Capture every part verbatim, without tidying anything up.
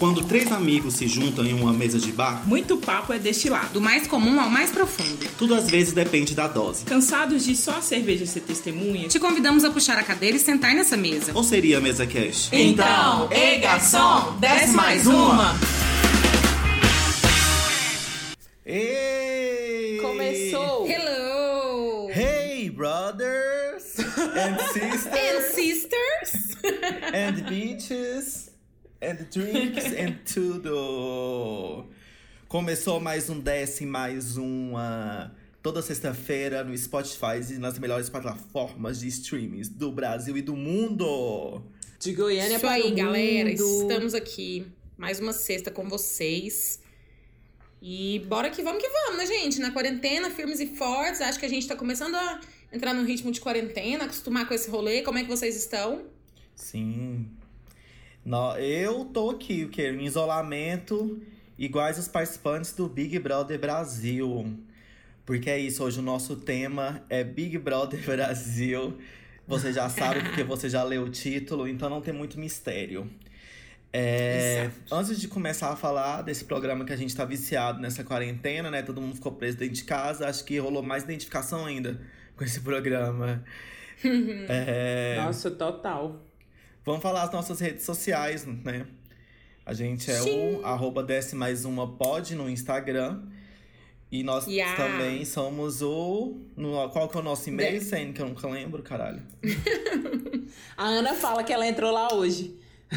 Quando três amigos se juntam em uma mesa de bar, muito papo é destilado. Do mais comum ao mais profundo. tudo às vezes depende da dose. Cansados de só a cerveja ser testemunha? Te convidamos a puxar a cadeira e sentar nessa mesa. Ou seria a mesa cash? Então, ei garçom, desce mais uma! Ei! Começou! Hello! Hey, brothers and sisters And sisters! and bitches and drinks and tudo. Começou mais um Desce, mais uma toda sexta-feira no Spotify e nas melhores plataformas de streams do Brasil e do mundo. De Goiânia Isso para aí, o galera. mundo. Estamos aqui mais uma sexta com vocês. E bora que vamos que vamos, né, gente? Na quarentena, firmes e fortes. Acho que a gente tá começando a entrar num ritmo de quarentena, acostumar com esse rolê. Como é que vocês estão? Sim. No- Eu tô aqui, o quê? Em isolamento, iguais os participantes do Big Brother Brasil. Porque é isso, hoje o nosso tema é Big Brother Brasil. Você já sabe porque você já leu o título, então não tem muito mistério. É, antes de começar a falar desse programa que a gente tá viciado nessa quarentena, né? Todo mundo ficou preso dentro de casa. Acho que rolou mais identificação ainda com esse programa. É, Nossa, total. Vamos falar as nossas redes sociais, né? A gente é Sim. o arroba desce mais uma pod no Instagram. E nós Yeah. também somos o... No, qual que é o nosso e-mail, De- Sene? Que eu nunca lembro, caralho. A Ana fala que ela entrou lá hoje.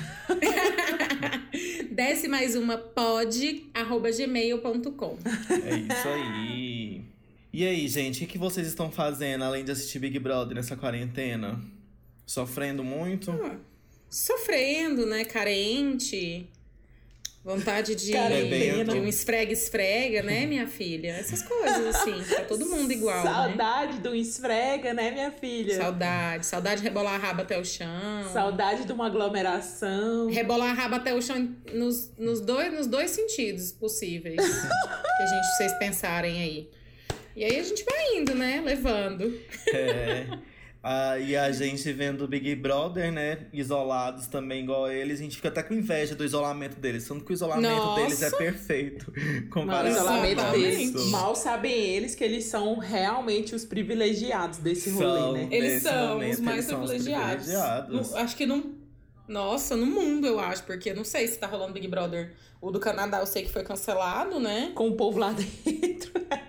Desce mais uma pod, arroba gmail ponto com. É isso aí. E aí, gente, o que que vocês estão fazendo além de assistir Big Brother nessa quarentena? Sofrendo muito? Sofrendo, né? Carente. Vontade de, Quarentena. de um esfrega-esfrega, né, minha filha? Essas coisas, assim. Tá todo mundo igual, né? Saudade do esfrega, né, minha filha? Saudade. Saudade de rebolar a raba até o chão. Saudade de uma aglomeração. Rebolar a raba até o chão nos, nos, dois, nos dois sentidos possíveis. que a gente, vocês pensarem aí. E aí a gente vai indo, né? Levando. É. Ah, e a gente vendo o Big Brother, né? Isolados também, igual eles. A gente fica até com inveja do isolamento deles. Sendo que o isolamento Nossa. deles é perfeito. Mano, o Comparado isolamento ao deles. nosso. Mal sabem eles que eles são realmente os privilegiados desse rolê, São. né? Eles Nesse são momento, os mais eles são os privilegiados. privilegiados. No- acho que não. Nossa, no mundo, eu acho. Porque eu não sei se tá rolando Big Brother. O do Canadá eu sei que foi cancelado, né? Com o povo lá dentro.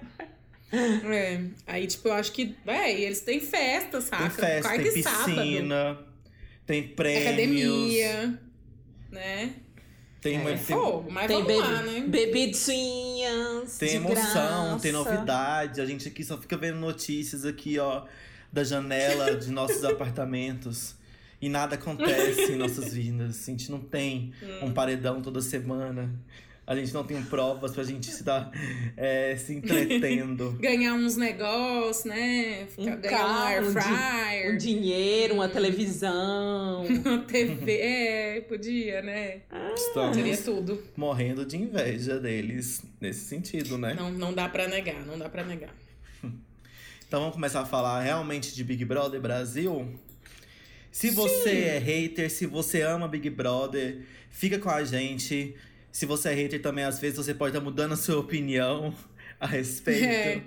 É. Aí, tipo, eu acho que. Véi, eles têm festa, saca? Tem festa, Quarta tem e sábado. piscina, tem prêmios. Academia. Né? Tem, É, tem, Fogo, mas Tem vamos lá, bebi- né? bebidinhas. tem de emoção, tem graça. novidade. A gente aqui só fica vendo notícias aqui, ó, da janela de nossos apartamentos. E nada acontece em nossas vidas. A gente não tem Hum. um paredão toda semana. A gente não tem provas pra gente estar é, se entretendo. Ganhar uns negócios, né? Ficar, Um ganhar um air carro, um, di- fryer. um dinheiro, uma televisão. Uma T V. É, podia, né? Estamos Seria tudo. morrendo de inveja deles nesse sentido, né? Não, não dá pra negar, não dá pra negar. Então vamos começar a falar realmente de Big Brother Brasil? Se você é hater, se você ama Big Brother, fica com a gente. Se você é hater também, às vezes você pode estar mudando a sua opinião a respeito. É.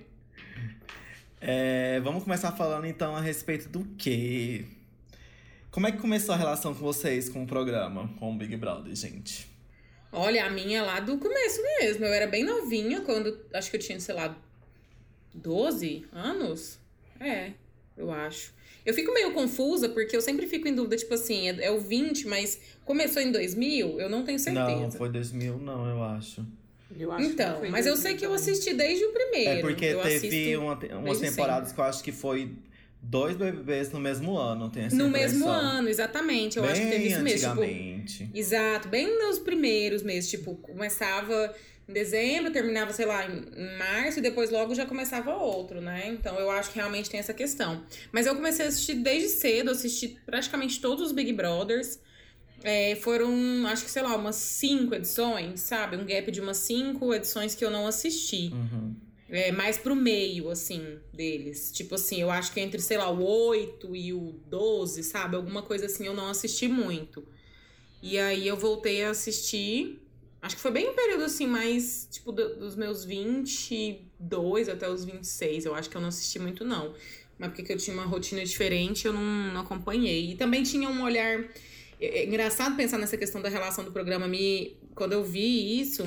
É, vamos começar falando então a respeito do quê? Como é que começou a relação com vocês com o programa, com o Big Brother, gente? Olha, a minha lá do começo mesmo. Eu era bem novinha quando. Acho que eu tinha, sei lá, doze anos? É, eu acho. Eu fico meio confusa porque eu sempre fico em dúvida, tipo assim, é, é o vinte, mas começou em dois mil? Eu não tenho certeza. Não, foi dois mil não, eu acho. Eu acho que Então, foi mas eu dois sei mil que eu também. assisti desde o primeiro. É porque eu teve assisto uma, umas desde temporadas que eu acho que foi dois B B Bs no mesmo ano, tem essa No impressão. mesmo ano, exatamente. Eu Bem acho que teve isso mesmo. Tipo, antigamente. exato, bem nos primeiros meses. Tipo, começava em dezembro, terminava, sei lá, em em março, e depois logo já começava outro, né? Então eu acho que realmente tem essa questão. Mas eu comecei a assistir desde cedo, assisti praticamente todos os Big Brothers. É, foram, acho que, sei lá, umas cinco edições, sabe? Um gap de umas cinco edições que eu não assisti. Uhum. É, mais pro meio, assim, deles. Tipo assim, eu acho que entre, sei lá, o oito e o doze, sabe? Alguma coisa assim eu não assisti muito. E aí eu voltei a assistir. Acho que foi bem um período assim, mais tipo do, dos meus vinte e dois até os vinte e seis. Eu acho que eu não assisti muito, não. Mas porque eu tinha uma rotina diferente, eu não, não acompanhei. E também tinha um olhar. É, é engraçado pensar nessa questão da relação do programa. Me, quando eu vi isso,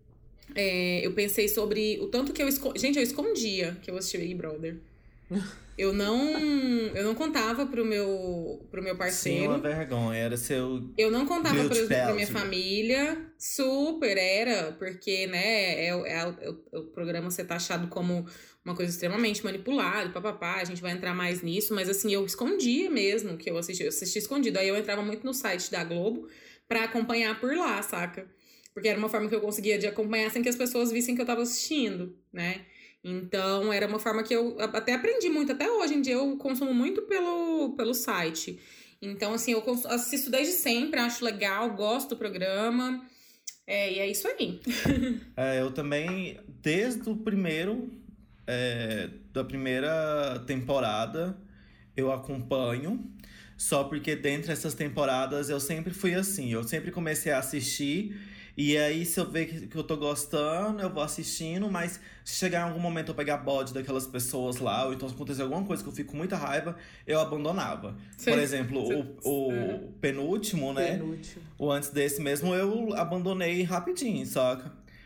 é, eu pensei sobre o tanto que eu escondi. Gente, eu escondia que eu assistia Big Brother. Eu não, eu não contava pro meu, pro meu parceiro. Sim, uma vergonha. Era seu. Eu não contava Guilty pra, pra minha pleasure. família. Super era, porque, né, é, é, é, o, o programa ser taxado como uma coisa extremamente manipulada, papapá, a gente vai entrar mais nisso, mas assim, eu escondia mesmo que eu assistia, eu assistia escondido. Aí eu entrava muito no site da Globo pra acompanhar por lá, saca? Porque era uma forma que eu conseguia de acompanhar sem que as pessoas vissem que eu tava assistindo, né? Então, era uma forma que eu até aprendi muito. Até hoje em dia, eu consumo muito pelo, pelo site. Então, assim, eu assisto desde sempre, acho legal, gosto do programa. É, e é isso aí. É, eu também, desde o primeiro, é, da primeira temporada, eu acompanho. Só porque dentro dessas temporadas eu sempre fui assim. Eu sempre comecei a assistir. E aí, se eu ver que, que eu tô gostando, eu vou assistindo, mas se chegar em algum momento eu pegar bode daquelas pessoas lá, ou então se acontecer alguma coisa que eu fico com muita raiva, eu abandonava. Sim. Por exemplo, Sim. o, o é. penúltimo, né? Penúltimo. O antes desse mesmo, eu abandonei rapidinho, saca?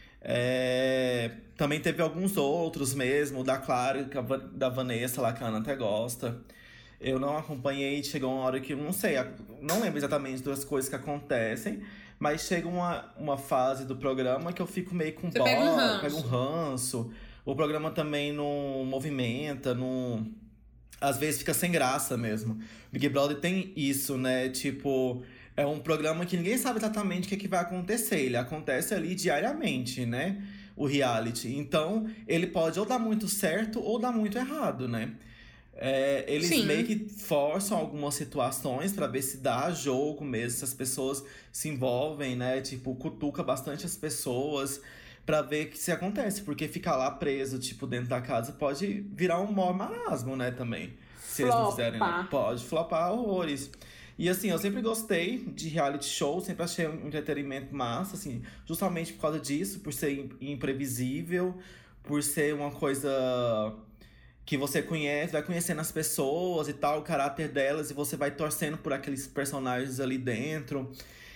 É... Também teve alguns outros mesmo, da Clara, da Vanessa lá, que a Ana até gosta. Eu não acompanhei, chegou uma hora que eu não sei, não lembro exatamente das coisas que acontecem. Mas chega uma, uma fase do programa que eu fico meio com Você pega um ranço. pego um ranço. O programa também não movimenta, não... Às vezes fica sem graça mesmo. Big Brother tem isso, né? Tipo, é um programa que ninguém sabe exatamente o que, é que vai acontecer. Ele acontece ali diariamente, né? O reality. Então, ele pode ou dar muito certo ou dar muito errado, né? É, eles Sim. meio que forçam algumas situações pra ver se dá jogo mesmo, se as pessoas se envolvem, né? Tipo, cutuca bastante as pessoas pra ver que se acontece. Porque ficar lá preso, tipo, dentro da casa pode virar um maior marasmo, né? Também. Se eles não fizerem, né? Pode flopar horrores. E assim, eu sempre gostei de reality show, sempre achei um entretenimento massa, assim, justamente por causa disso, por ser imprevisível, por ser uma coisa que você conhece, vai conhecendo as pessoas e tal, o caráter delas, e você vai torcendo por aqueles personagens ali dentro.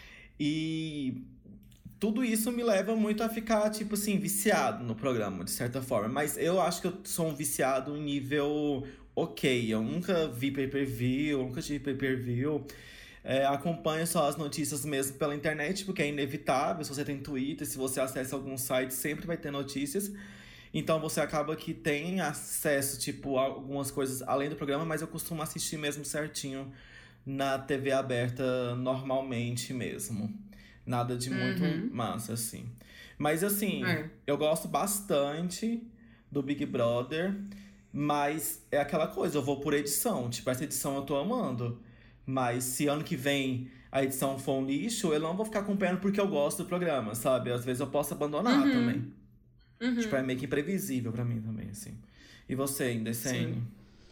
E tudo isso me leva muito a ficar, tipo assim, viciado no programa, de certa forma. Mas eu acho que eu sou um viciado em nível ok. Eu nunca vi pay-per-view, eu nunca tive pay-per-view. É, acompanho só as notícias mesmo pela internet, porque é inevitável. Se você tem Twitter, se você acessa algum site, sempre vai ter notícias. Então você acaba que tem acesso, tipo, a algumas coisas além do programa, mas eu costumo assistir mesmo certinho na T V aberta normalmente mesmo. Nada de muito Uhum. massa, assim. Mas assim, É. eu gosto bastante do Big Brother, mas é aquela coisa, eu vou por edição. Tipo, essa edição eu tô amando. Mas se ano que vem a edição for um lixo, eu não vou ficar acompanhando porque eu gosto do programa, sabe? Às vezes eu posso abandonar Uhum. também. Uhum. Tipo, é meio que imprevisível pra mim também, assim. E você, Indecene?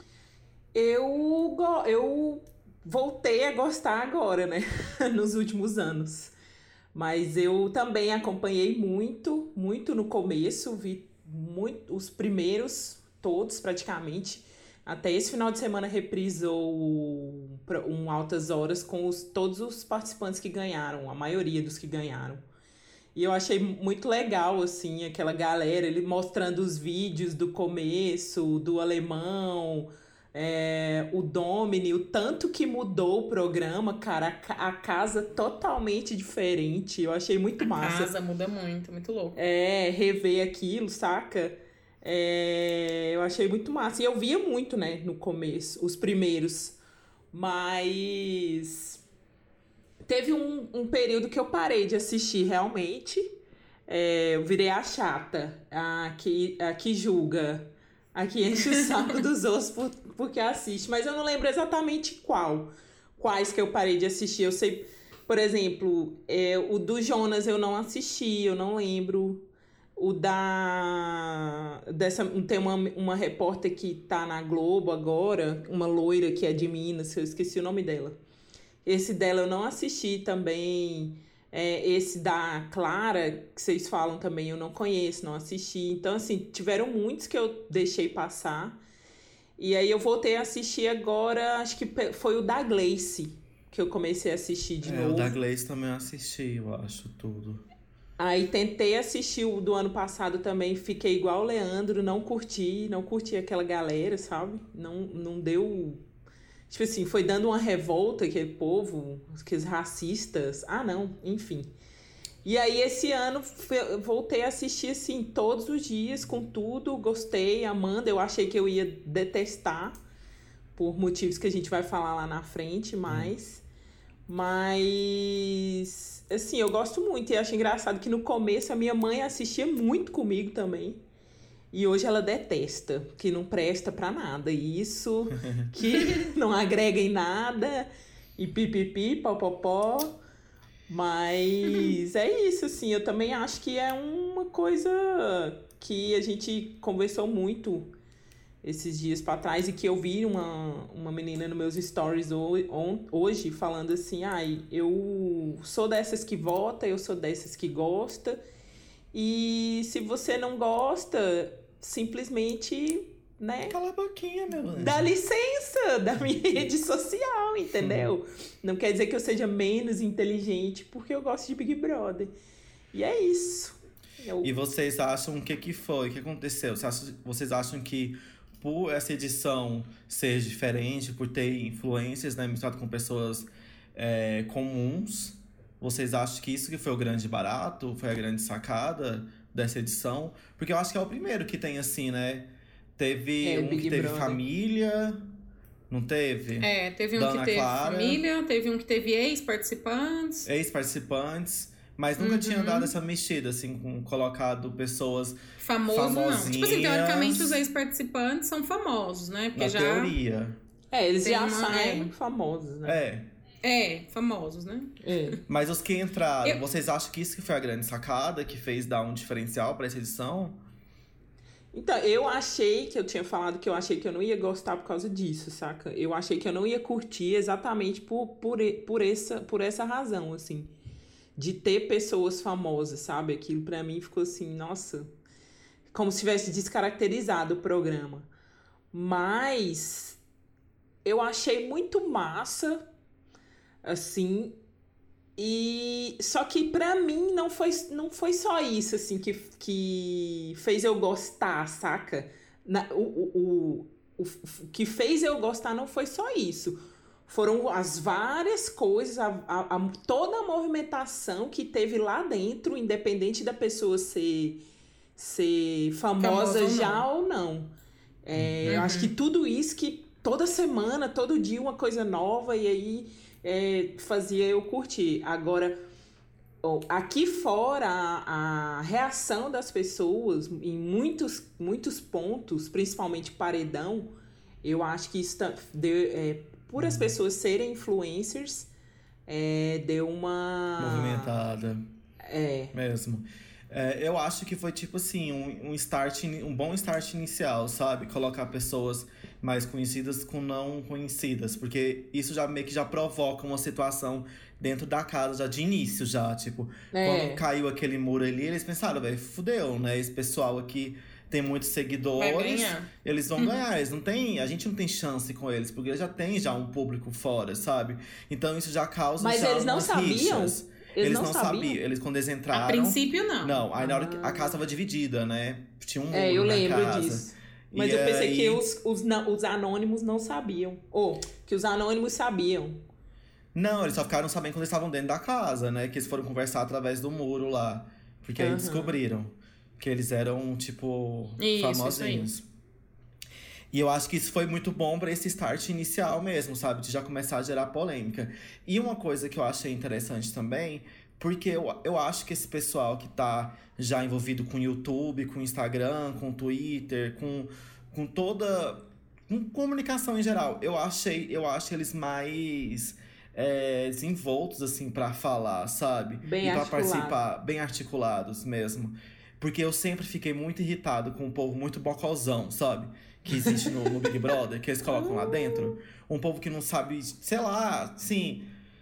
Eu, go- eu voltei a gostar agora, né? Nos últimos anos. Mas eu também acompanhei muito, muito no começo. Vi muito, os primeiros, todos praticamente. Até esse final de semana reprisou um Altas Horas com os, todos os participantes que ganharam. A maioria dos que ganharam. E eu achei muito legal, assim, aquela galera, ele mostrando os vídeos do começo, do alemão, é, o Domini, o tanto que mudou o programa, cara, a, ca- a casa totalmente diferente. Eu achei muito A massa. casa muda muito, muito louco. É, rever aquilo, saca? É, eu achei muito massa. E eu via muito, né, no começo, os primeiros. Mas teve um, um período que eu parei de assistir realmente. É, eu virei a chata, a que, a que julga, a que enche o saco dos outros por, porque assiste. Mas eu não lembro exatamente qual. Quais que eu parei de assistir. Eu sei, por exemplo, é, o do Jonas eu não assisti, eu não lembro. O da... Dessa, tem uma, uma repórter que tá na Globo agora, uma loira que é de Minas, eu esqueci o nome dela. Esse dela eu não assisti também. É, esse da Clara, que vocês falam também, eu não conheço, não assisti. Então, assim, tiveram muitos que eu deixei passar. E aí eu voltei a assistir agora, acho que foi o da Gleice, que eu comecei a assistir de é, novo. O da Gleice também eu assisti, eu acho, tudo. Aí tentei assistir o do ano passado também, fiquei igual o Leandro, não curti, não curti aquela galera, sabe? Não, não deu... Tipo assim, foi dando uma revolta, aquele povo, aqueles racistas. Ah, não, enfim. E aí, esse ano, eu voltei a assistir, assim, todos os dias, com tudo. Gostei, Amanda. Eu achei que eu ia detestar, por motivos que a gente vai falar lá na frente, mas... Hum. Mas, assim, eu gosto muito. E acho engraçado que no começo a minha mãe assistia muito comigo também. E hoje ela detesta, que não presta pra nada. E isso, que não agrega em nada. E pipipi, popopó. Mas é isso, assim. Eu também acho que é uma coisa que a gente conversou muito esses dias pra trás. E que eu vi uma, uma menina nos meus stories hoje falando assim: ai, ah, eu sou dessas que vota, eu sou dessas que gosta. E se você não gosta, simplesmente, né? Cala a boquinha, meu anjo. Dá licença da minha rede social, entendeu? Não quer dizer que eu seja menos inteligente, porque eu gosto de Big Brother. E é isso. Eu... E vocês acham o que que foi? O que aconteceu? Vocês acham que por essa edição ser diferente, por ter influências, né, misturado com pessoas é, comuns, vocês acham que isso que foi o grande barato? Foi a grande sacada dessa edição? Porque eu acho que é o primeiro que tem assim, né? Teve é, um Big que teve Brother. Família, não teve? É, teve um Dana que teve Clara, família, teve um que teve ex-participantes. Ex-participantes, mas nunca Uhum. tinha dado essa mexida, assim, com colocado pessoas Famoso não. Tipo assim, teoricamente os famosinhas. ex-participantes são famosos, né? Porque Na já... teoria. É, eles Tem já uma- saem é. famosos, né? É. É, famosos, né? É. Mas os que entraram, Eu- vocês acham que isso que foi a grande sacada, que fez dar um diferencial pra essa edição? Então, eu achei que eu tinha falado que eu achei que eu não ia gostar por causa disso, saca? Eu achei que eu não ia curtir exatamente por, por, e- por, essa, por essa razão, assim. De ter pessoas famosas, sabe? Aquilo pra mim ficou assim, nossa... Como se tivesse descaracterizado o programa. Mas... eu achei muito massa, assim... E só que pra mim não foi, não foi só isso, assim, que, que fez eu gostar, saca? Na, o, o, o, o, o que fez eu gostar não foi só isso. Foram as várias coisas, a, a, a, toda a movimentação que teve lá dentro, independente da pessoa ser, ser famosa, Famosa ou já não. ou não. É, Uhum. Eu acho que tudo isso que toda semana, todo dia uma coisa nova, e aí... É, fazia eu curtir. Agora, ó, aqui fora, a, a reação das pessoas em muitos, muitos pontos, principalmente paredão, eu acho que isso tá, deu, é, por as pessoas serem influencers, é, deu uma... Movimentada. É. Mesmo. É, eu acho que foi tipo assim, um, um, start, um bom start inicial, sabe? Colocar pessoas mais conhecidas com não conhecidas. Porque isso já meio que já provoca uma situação dentro da casa, já de início, já. Tipo, É. quando caiu aquele muro ali, eles pensaram, velho, fudeu, né? Esse pessoal aqui tem muitos Vai seguidores, ganhar. eles vão ganhar. Eles não tem, a gente não tem chance com eles, porque eles já tem já um público fora, sabe? Então isso já causa Mas já eles não umas sabiam? rixas. Eles, Eles não, não sabiam? sabiam. Eles quando eles entraram... A princípio, não. Não, aí na hora que a casa tava dividida, né? Tinha um muro É, eu na lembro casa. disso. Mas E eu pensei aí- que os, os, não- os anônimos não sabiam. Ou que os anônimos sabiam. Não, eles só ficaram sabendo quando eles estavam dentro da casa, né? Que eles foram conversar através do muro lá. Porque aí Aham. descobriram que eles eram, tipo, Isso, famosinhos. E eu acho que isso foi muito bom pra esse start inicial mesmo, sabe? De já começar a gerar polêmica. E uma coisa que eu achei interessante também, porque eu, eu acho que esse pessoal que tá já envolvido com YouTube, com Instagram, com Twitter, com, com toda... com comunicação em geral, eu achei, eu acho eles mais é, desenvoltos, assim, pra falar, sabe? Bem e pra articulado. participar, bem articulados mesmo. Porque eu sempre fiquei muito irritado com um povo muito bocozão, sabe? Que existe no, no Big Brother, que eles colocam lá dentro. Um povo que não sabe, sei lá, assim...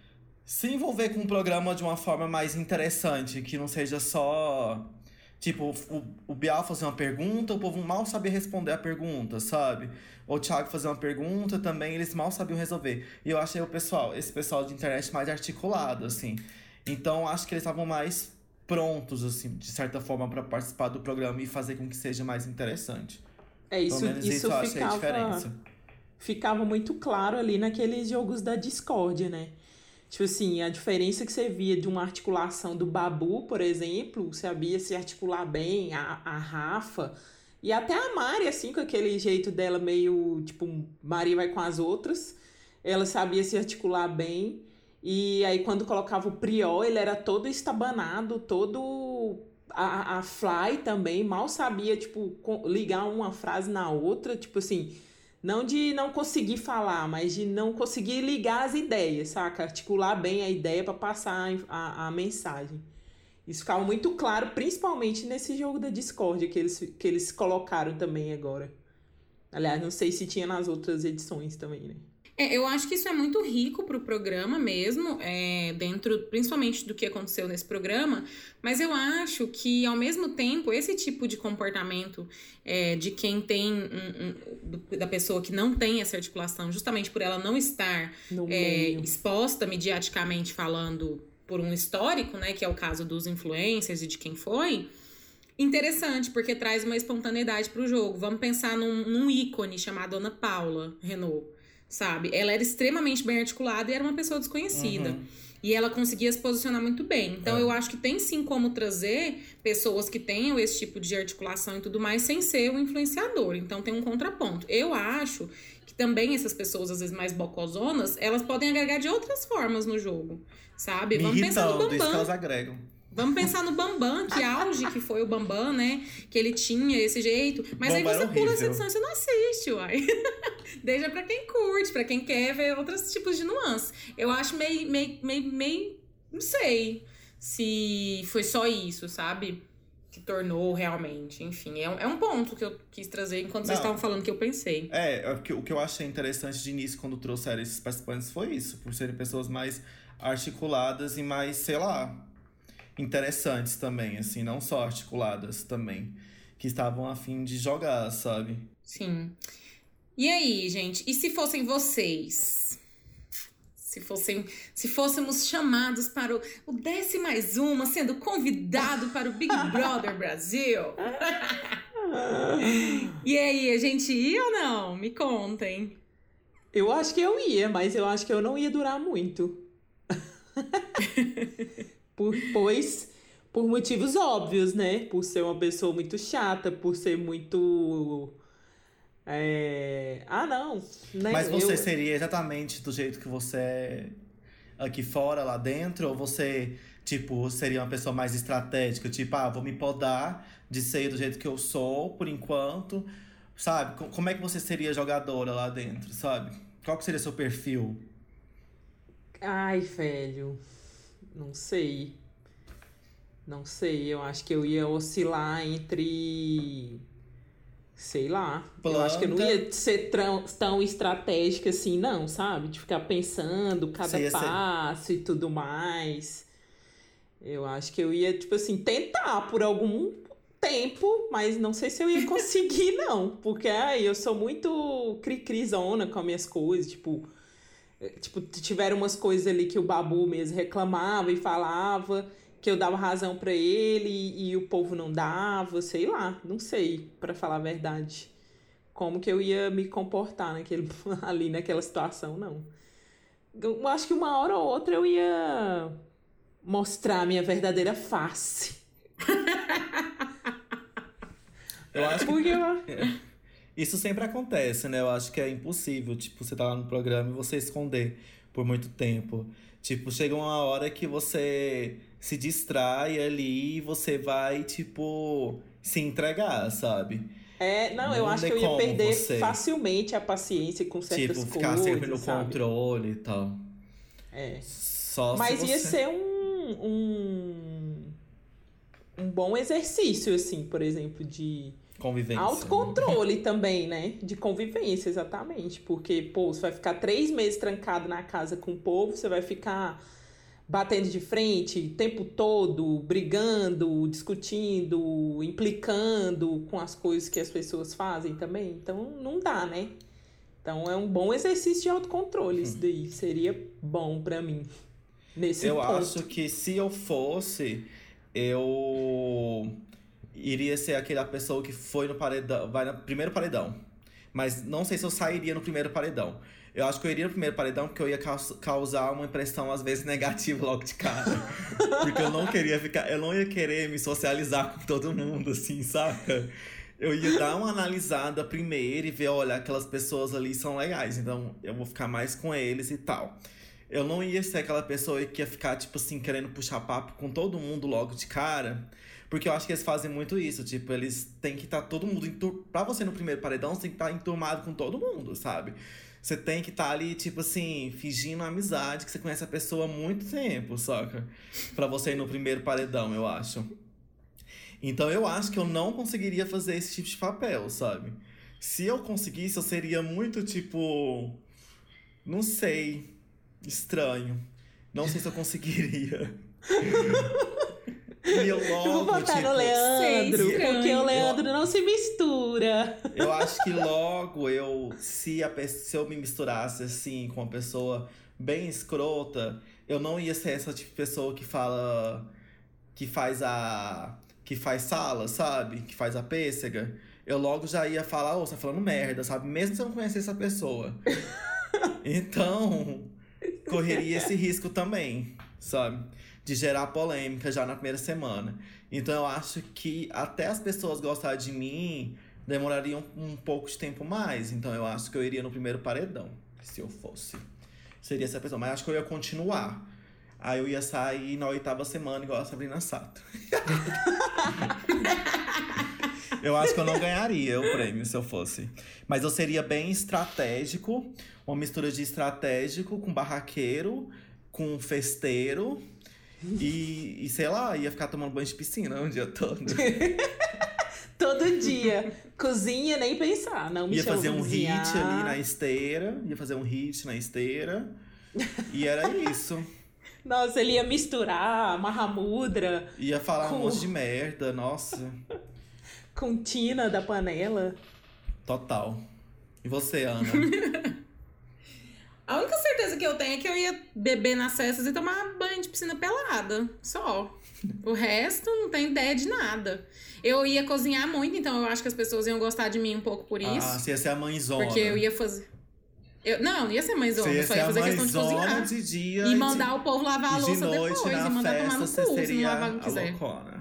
se envolver com o programa de uma forma mais interessante, que não seja só... Tipo, o, o Bial fazer uma pergunta, o povo mal sabia responder a pergunta, sabe? Ou o Thiago fazer uma pergunta também, eles mal sabiam resolver. E eu achei o pessoal, esse pessoal de internet mais articulado, assim. Então, acho que eles estavam mais prontos, assim, de certa forma, para participar do programa e fazer com que seja mais interessante. É, isso, Pelo menos isso, isso eu achei a ficava, diferença. ficava muito claro ali naqueles jogos da Discord, né? Tipo assim, a diferença que você via de uma articulação do Babu, por exemplo, sabia se articular bem, a, a Rafa, e até a Mari, assim, com aquele jeito dela meio, tipo, Mari vai com as outras, ela sabia se articular bem, e aí quando colocava o Prior, ele era todo estabanado, todo... A, a Fly também mal sabia, tipo, ligar uma frase na outra, tipo assim... Não de não conseguir falar, mas de não conseguir ligar as ideias, saca? Articular bem a ideia para passar a, a mensagem. Isso ficava muito claro, principalmente nesse jogo da Discord que eles, que eles colocaram também agora. Aliás, não sei se tinha nas outras edições também, né? É, eu acho que isso é muito rico pro programa mesmo, é, dentro principalmente do que aconteceu nesse programa, mas eu acho que, ao mesmo tempo, esse tipo de comportamento é, de quem tem, um, um, da pessoa que não tem essa articulação, justamente por ela não estar é, exposta mediaticamente falando por um histórico, né, que é o caso dos influencers e de quem foi, interessante, porque traz uma espontaneidade pro jogo. Vamos pensar num, num ícone chamado Ana Paula Renault. Sabe? Ela era extremamente bem articulada e era uma pessoa desconhecida. Uhum. E ela conseguia se posicionar muito bem. Então, é. eu acho que tem sim como trazer pessoas que tenham esse tipo de articulação e tudo mais sem ser um influenciador. Então, tem um contraponto. Eu acho que também essas pessoas, às vezes, mais bocozonas, elas podem agregar de outras formas no jogo. Sabe? Me Vamos pensar no irritando, isso que Bambam. elas agregam. Vamos pensar no Bambam, que auge que foi o Bambam, né? Que ele tinha esse jeito. Mas Bambam aí você pula essa horrível. edição e você não assiste, uai. Deixa pra quem curte, pra quem quer ver outros tipos de nuances. Eu acho meio, meio, meio, meio... Não sei se foi só isso, sabe? Que tornou realmente. Enfim, é um, é um ponto que eu quis trazer enquanto Não. vocês estavam falando que eu pensei. É, o que, o que eu achei interessante de início quando trouxeram esses participantes foi isso. Por serem pessoas mais articuladas e mais, sei lá... interessantes também, assim, não só articuladas também, que estavam a fim de jogar, sabe? Sim. E aí, gente, e se fossem vocês? Se fossem, se fôssemos chamados para o, o Desce Mais Uma, sendo convidado para o Big Brother Brasil? E aí, a gente ia ou não? Me contem. Eu acho que eu ia, mas eu acho que eu não ia durar muito. Por, pois, por motivos óbvios, né? Por ser uma pessoa muito chata, por ser muito... É... Ah, não. Né? Mas você eu... seria exatamente do jeito que você é aqui fora, lá dentro? Ou você, tipo, seria uma pessoa mais estratégica? Tipo, ah, vou me podar de ser do jeito que eu sou, por enquanto. Sabe? Como é que você seria jogadora lá dentro, sabe? Qual que seria seu perfil? Ai, velho... Não sei. Não sei. Eu acho que eu ia oscilar entre... Sei lá. Planta. Eu acho que eu não ia ser tão, tão estratégica assim, não, sabe? De ficar pensando cada passo ser... e tudo mais. Eu acho que eu ia, tipo assim, tentar por algum tempo, mas não sei se eu ia conseguir, não. Porque aí eu sou muito cri-crizona com as minhas coisas, tipo... Tipo, tiveram umas coisas ali que o Babu mesmo reclamava e falava, que eu dava razão pra ele e, e o povo não dava, sei lá, não sei, pra falar a verdade. Como que eu ia me comportar naquele, ali naquela situação, não. Eu acho que uma hora ou outra eu ia mostrar a minha verdadeira face. Eu acho que... Porque eu... Isso sempre acontece, né? Eu acho que é impossível, tipo, você tá lá no programa e você esconder por muito tempo. Tipo, chega uma hora que você se distrai ali e você vai, tipo, se entregar, sabe? É, não, Não eu acho tem que eu ia como perder você, facilmente a paciência com certas coisas. tipo, ficar sempre no sabe? controle e tal. É. Só Mas se ia você... ser um, um, um bom exercício, assim, por exemplo, de... Convivência. Autocontrole também, né? De convivência, exatamente. Porque, pô, você vai ficar três meses trancado na casa com o povo, você vai ficar batendo de frente o tempo todo, brigando, discutindo, implicando com as coisas que as pessoas fazem também. Então, não dá, né? Então, é um bom exercício de autocontrole. Isso daí seria bom pra mim. Nesse eu ponto. acho que se eu fosse, eu iria ser aquela pessoa que foi no paredão, vai no primeiro paredão. Mas não sei se eu sairia no primeiro paredão. Eu acho que eu iria no primeiro paredão porque eu ia causar uma impressão, às vezes, negativa logo de cara. Porque eu não queria ficar. Eu não ia querer me socializar com todo mundo, assim, saca? Eu ia dar uma analisada primeiro e ver, olha, aquelas pessoas ali são legais, então eu vou ficar mais com eles e tal. Eu não ia ser aquela pessoa que ia ficar, tipo assim, querendo puxar papo com todo mundo logo de cara. Porque eu acho que eles fazem muito isso, tipo, eles têm que estar tá todo mundo... Entur... Pra você no primeiro paredão, você tem que estar tá enturmado com todo mundo, sabe? Você tem que estar tá ali, tipo assim, fingindo amizade, que você conhece a pessoa há muito tempo, saca? Pra você ir no primeiro paredão, eu acho. Então eu acho que eu não conseguiria fazer esse tipo de papel, sabe? Se eu conseguisse, eu seria muito, tipo... Não sei... Estranho. Não sei se eu conseguiria. E eu logo, eu vou botar tipo, no Leandro, sei, porque o Leandro eu... não se mistura. Eu acho que logo eu, se, a, se eu me misturasse assim com uma pessoa bem escrota, eu não ia ser essa tipo de pessoa que fala, que faz a, que faz sala, sabe? Que faz a pêssega. Eu logo já ia falar, ô, oh, você tá falando merda, sabe? Mesmo se eu não conhecesse essa pessoa. Então, correria esse risco também, sabe? De gerar polêmica já na primeira semana. Então eu acho que até as pessoas gostarem de mim demorariam um pouco de tempo mais. Então eu acho que eu iria no primeiro paredão, se eu fosse. Seria essa pessoa. Mas acho que eu ia continuar. Aí eu ia sair na oitava semana igual a Sabrina Sato. Eu acho que eu não ganharia o prêmio se eu fosse. Mas eu seria bem estratégico. Uma mistura de estratégico com barraqueiro, com festeiro. E, e sei lá, ia ficar tomando banho de piscina o dia todo. Todo dia. Cozinha, nem pensar. Não me ia chama fazer um hit cozinhar. ali na esteira. Ia fazer um hit na esteira. E era isso. Nossa, ele ia misturar Mahamudra. Ia falar com... um monte de merda, nossa. Com Tina da panela. Total. E você, Ana? A única certeza que eu tenho é que eu ia beber nas festas e tomar banho de piscina pelada. Só. O resto, não tenho ideia de nada. Eu ia cozinhar muito, então eu acho que as pessoas iam gostar de mim um pouco por isso. Ah, você ia ser a mãezona. Porque eu ia fazer... Eu, não, não ia ser mãezona. Você ia só ser ia fazer a questão de cozinhar. de dia e mandar de... o povo lavar a de louça noite, depois. na E mandar festa, tomar no você cu, se não seria lavar não a quiser. loucona.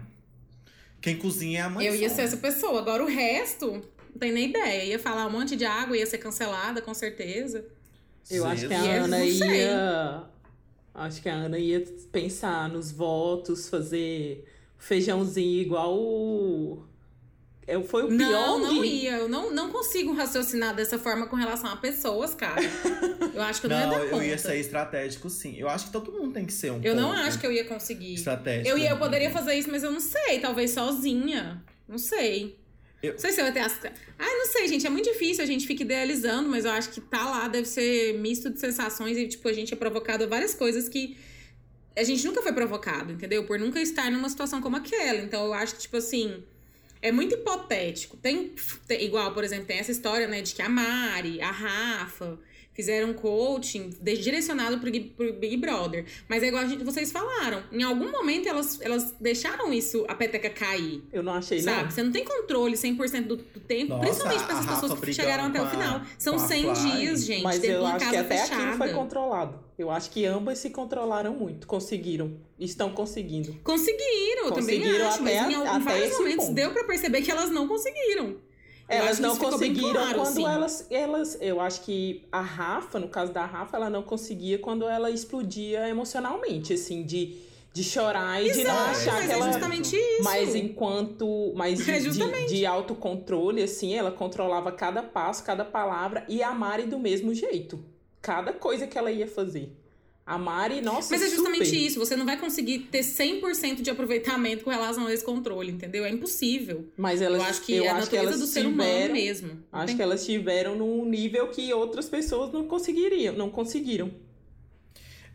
Quem cozinha é a mãezona. Eu ia ser essa pessoa. Agora o resto, não tem nem ideia. Ia falar um monte de água, ia ser cancelada, com certeza. Eu acho que a Jesus. Ana Não sei. ia... Acho que a Ana ia pensar nos votos, fazer feijãozinho igual o... Eu, foi o Não, Pyong. não ia. Eu não, não consigo raciocinar dessa forma com relação a pessoas, cara. Eu acho que eu não, Não, ia dar eu conta. ia ser estratégico, sim. Eu acho que todo mundo tem que ser um Eu não pouco acho que eu ia conseguir. estratégico. Eu, ia, eu poderia fazer isso, mas eu não sei. Talvez sozinha. Não sei. Eu- Não sei se eu ia ter as... Ah, não sei, gente. É muito difícil. A gente fica idealizando, mas eu acho que tá lá deve ser misto de sensações. E, tipo, a gente é provocado a várias coisas que a gente nunca foi provocado, entendeu? Por nunca estar numa situação como aquela. Então, eu acho que, tipo assim... É muito hipotético. Tem, tem- igual, por exemplo, tem essa história, né, de que a Mari, a Rafa fizeram coaching de- direcionado pro, Gui- pro Big Brother. Mas é igual a gente, vocês falaram. Em algum momento elas, elas deixaram isso, a peteca cair. Eu não achei, Sabe? não. Você não tem controle cem por cento do, do tempo. Nossa, principalmente pra a essas Rafa pessoas que brigando chegaram até com o a- final. São com a cem Fly. dias, gente. Mas dentro eu de uma acho casa que até fechada. aquilo foi controlado. Eu acho que ambas se controlaram muito. Conseguiram. Estão conseguindo. Conseguiram, eu também Conseguiram acho. Mas até- em, algum- até vários esse momentos ponto. deu pra perceber que elas não conseguiram. Eu Elas acho que não isso ficou bem conseguiram claro, quando assim. elas, elas... Eu acho que a Rafa, no caso da Rafa, ela não conseguia quando ela explodia emocionalmente, assim, de, de chorar e de não Exato, achar mas que é ela... justamente isso. Mas enquanto... Mas de, É de, justamente. de autocontrole, assim, ela controlava cada passo, cada palavra. E a Mari do mesmo jeito. Cada coisa que ela ia fazer. A Mari, nossa, Mas é justamente super. isso, você não vai conseguir ter cem por cento de aproveitamento com relação a esse controle, entendeu? É impossível. Mas elas, eu acho que eu é a acho que natureza elas do ser humano tiveram- mesmo. Não Acho tem- que elas tiveram num nível que outras pessoas não conseguiriam, não conseguiram.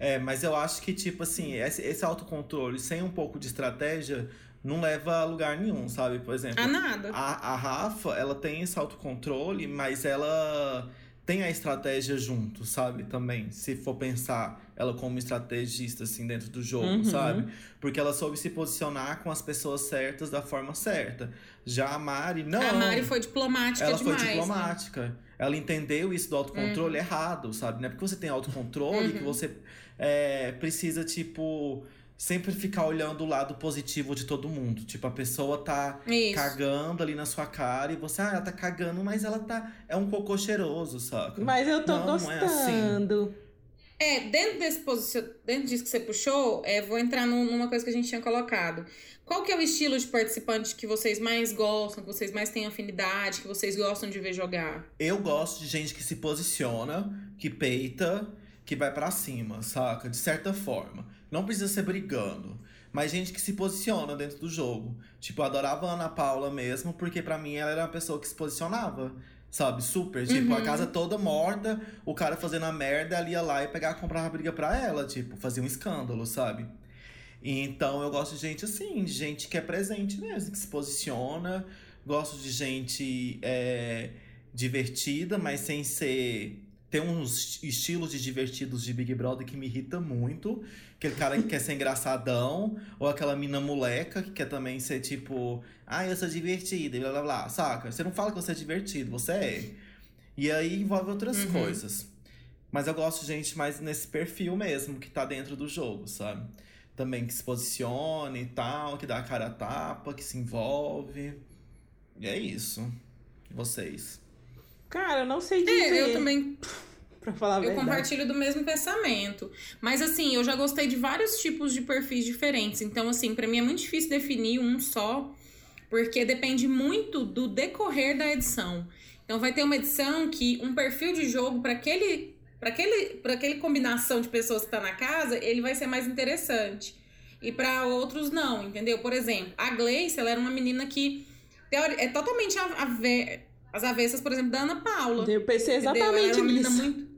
É, mas eu acho que, tipo assim, esse, esse autocontrole sem um pouco de estratégia não leva a lugar nenhum, sabe? Por exemplo, A nada. a, a Rafa, ela tem esse autocontrole, mas ela tem a estratégia junto, sabe? Também, se for pensar ela como estrategista, assim, dentro do jogo, Uhum. sabe? Porque ela soube se posicionar com as pessoas certas da forma certa. Já a Mari, não. A Mari foi diplomática Ela demais. foi né? diplomática. Ela entendeu isso do autocontrole errado, sabe? Não é porque você tem autocontrole que você é, precisa, tipo, sempre ficar olhando o lado positivo de todo mundo. Tipo, a pessoa tá Isso. cagando ali na sua cara e você, ah, ela tá cagando, mas ela tá. É um cocô cheiroso, saca? Mas eu tô Não, não é assim. gostando. É, dentro desse posicion... dentro disso que você puxou, é, vou entrar num- numa coisa que a gente tinha colocado. Qual que é o estilo de participante que vocês mais gostam, que vocês mais têm afinidade, que vocês gostam de ver jogar? Eu gosto de gente que se posiciona, que peita, que vai pra cima, saca? De certa forma. Não precisa ser brigando. Mas gente que se posiciona dentro do jogo. Tipo, eu adorava a Ana Paula mesmo, porque pra mim ela era uma pessoa que se posicionava. Sabe? Super. Tipo, a casa toda morta, o cara fazendo a merda, ela ia lá e pegar, comprar a briga pra ela. Tipo, fazia um escândalo, sabe? Então eu gosto de gente assim, de gente que é presente mesmo, que se posiciona. Gosto de gente é, divertida, mas sem ser. Tem uns estilos de divertidos de Big Brother que me irrita muito. Aquele cara que quer ser engraçadão, ou aquela mina moleca que quer também ser tipo, ah, eu sou divertida, e blá blá blá, saca? Você não fala que você é divertido, você é. E aí envolve outras Uhum. coisas. Mas eu gosto de gente mais nesse perfil mesmo, que tá dentro do jogo, sabe? Também que se posicione e tal, que dá a cara a tapa, que se envolve. E é isso. E vocês? Cara, eu não sei dizer. É, eu também Pra falar a eu verdade. compartilho do mesmo pensamento. Mas assim, eu já gostei de vários tipos de perfis diferentes. Então, assim, pra mim é muito difícil definir um só, porque depende muito do decorrer da edição. Então vai ter uma edição que um perfil de jogo para aquele, para aquele, para aquele combinação de pessoas que tá na casa, ele vai ser mais interessante. E pra outros não, entendeu? Por exemplo, a Gleice, ela era uma menina que teori- é totalmente a- ave- as avessas, por exemplo, da Ana Paula. Eu pensei Entendeu? Ela exatamente era uma menina nisso. muito.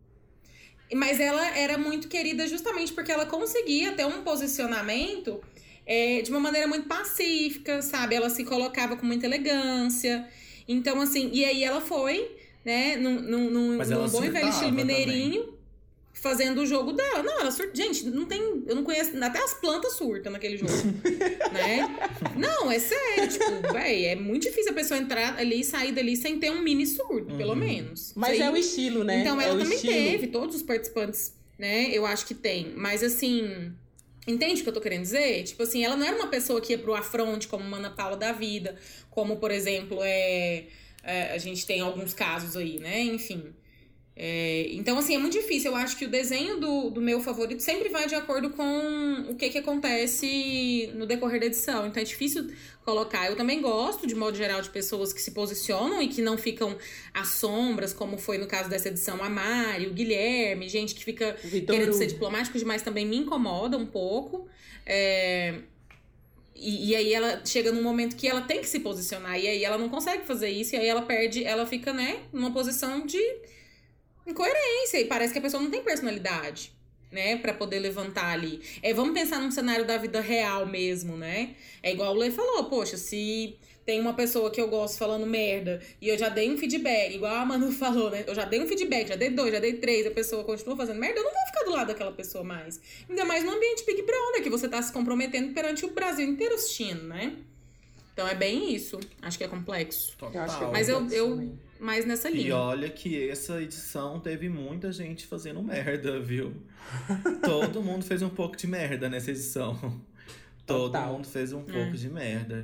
Mas ela era muito querida justamente porque ela conseguia ter um posicionamento é, de uma maneira muito pacífica, sabe? Ela se colocava com muita elegância. Então, assim, e aí ela foi, né, num, num, num, Mas num ela bom e velho estilo surtava mineirinho, fazendo o jogo dela. Não, ela surta. Gente, não tem. Eu não conheço. Até as plantas surtam naquele jogo. né? Não, é sério. Tipo, véi, é muito difícil a pessoa entrar ali e sair dali sem ter um mini surto, pelo menos. Mas Isso é aí- o estilo, né? Então, é ela o também estilo. teve, todos os participantes, né? Eu acho que tem. Mas assim. Entende o que eu tô querendo dizer? Tipo assim, ela não era uma pessoa que ia pro afronte como uma Ana Paula da vida, como, por exemplo, é, é, a gente tem alguns casos aí, né? Enfim. É, então, assim, é muito difícil. Eu acho que o desenho do, do meu favorito sempre vai de acordo com o que, que acontece no decorrer da edição. Então, é difícil colocar. Eu também gosto, de modo geral, de pessoas que se posicionam e que não ficam às sombras, como foi no caso dessa edição a Mari, o Guilherme, gente que fica O Vitor querendo ser Hugo. diplomático demais também me incomoda um pouco. É, E, e aí ela chega num momento que ela tem que se posicionar. E aí ela não consegue fazer isso. E aí ela perde, ela fica, né, numa posição de incoerência. E parece que a pessoa não tem personalidade, né, pra poder levantar ali. É, vamos pensar num cenário da vida real mesmo, né? É igual o Lê falou, poxa, se tem uma pessoa que eu gosto falando merda e eu já dei um feedback, igual a Manu falou, né? Eu já dei um feedback, já dei dois, já dei três, a pessoa continua fazendo merda, eu não vou ficar do lado daquela pessoa mais. Ainda mais no ambiente Big Brother, que você tá se comprometendo perante o Brasil inteiro assistindo, né? Então é bem isso. Acho que é complexo. Eu acho que é Mas eu- complexo eu- também. Mas nessa E linha. olha que essa edição teve muita gente fazendo merda, viu? Todo mundo fez um pouco de merda nessa edição. Todo Total. mundo fez um É. pouco de merda.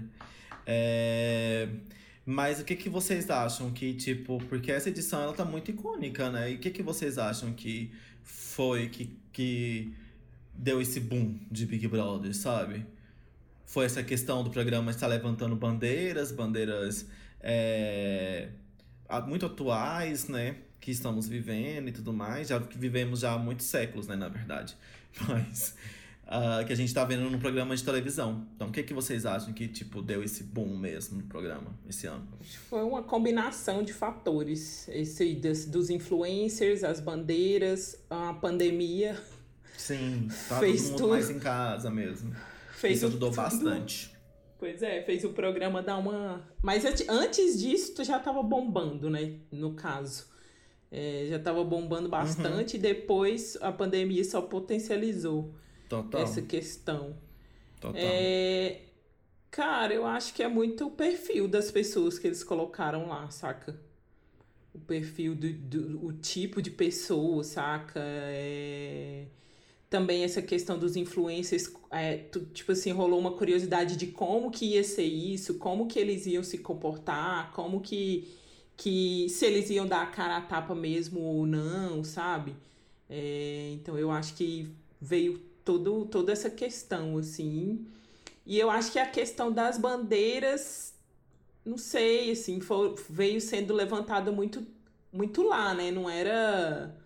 É, Mas o que, que vocês acham que, tipo, porque essa edição ela tá muito icônica, né? E o que, que vocês acham que foi que, que deu esse boom de Big Brother, sabe? Foi essa questão do programa estar levantando bandeiras, bandeiras é, a- muito atuais, né? Que estamos vivendo e tudo mais. Já que vivemos já há muitos séculos, né? Na verdade. Mas ah, que a gente tá vendo no programa de televisão. Então, o que, que vocês acham que, tipo, deu esse boom mesmo no programa esse ano? Acho que foi uma combinação de fatores. Esse dos, dos influencers, as bandeiras, a pandemia. Sim, tá Fez todo mundo tudo. mais em casa mesmo. Fez Isso ajudou tudo. bastante. Pois é, fez o programa dar uma... Mas antes- antes disso, tu já tava bombando, né? No caso. É, já tava bombando bastante. Uhum. E depois a pandemia só potencializou Total. essa questão. Total. É... Cara, eu acho que é muito o perfil das pessoas que eles colocaram lá, saca? O perfil do, do o tipo de pessoa, saca? É... Também essa questão dos influencers, é, tu- tipo assim, rolou uma curiosidade de como que ia ser isso, como que eles iam se comportar, como que, que se eles iam dar a cara a tapa mesmo ou não, sabe? É, então eu acho que veio todo, toda essa questão, assim. E eu acho que a questão das bandeiras, não sei, assim, foi, veio sendo levantada muito, muito lá, né? Não era,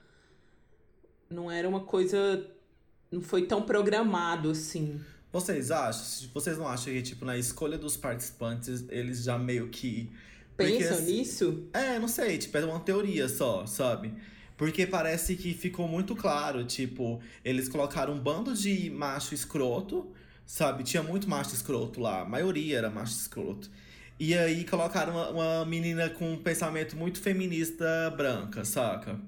não era uma coisa, não foi tão programado assim. Vocês acham? Vocês não acham que, tipo, na escolha dos participantes, eles já meio que... Porque, Pensam assim, nisso? É, não sei, tipo, é uma teoria só, sabe? Porque parece que ficou muito claro, tipo, eles colocaram um bando de macho escroto, sabe? Tinha muito macho escroto lá, a maioria era macho escroto. E aí colocaram uma, uma menina com um pensamento muito feminista branca, saca?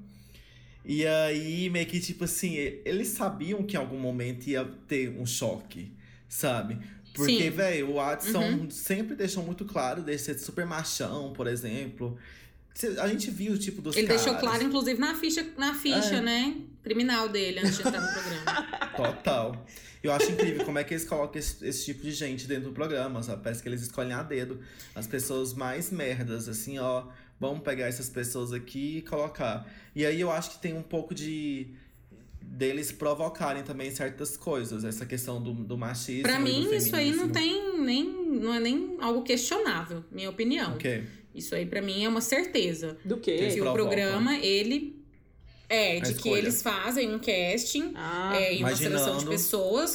E aí, meio que, tipo assim, e- eles sabiam que em algum momento ia ter um choque, sabe? Porque, Sim. velho, o Adson Uhum. sempre deixou muito claro de ser super machão, por exemplo. Cê- A gente viu o tipo dos Ele caras. deixou claro, inclusive, na ficha, na ficha, É. né? Criminal dele, antes de entrar no programa. Total. Eu acho incrível como é que eles colocam esse, esse tipo de gente dentro do programa, sabe? Parece que eles escolhem a dedo as pessoas mais merdas, assim, ó. Vamos pegar essas pessoas aqui e colocar. E aí eu acho que tem um pouco de... deles provocarem também certas coisas. Essa questão do, do machismo Pra e do mim, isso aí não feminismo. tem nem. Não é nem algo questionável, minha opinião. Ok. Isso aí, pra mim, é uma certeza. Do quê? Eles Que o provocam. programa, ele. É, A de que escolha. eles fazem um casting Ah, é, e uma imaginando. seleção de pessoas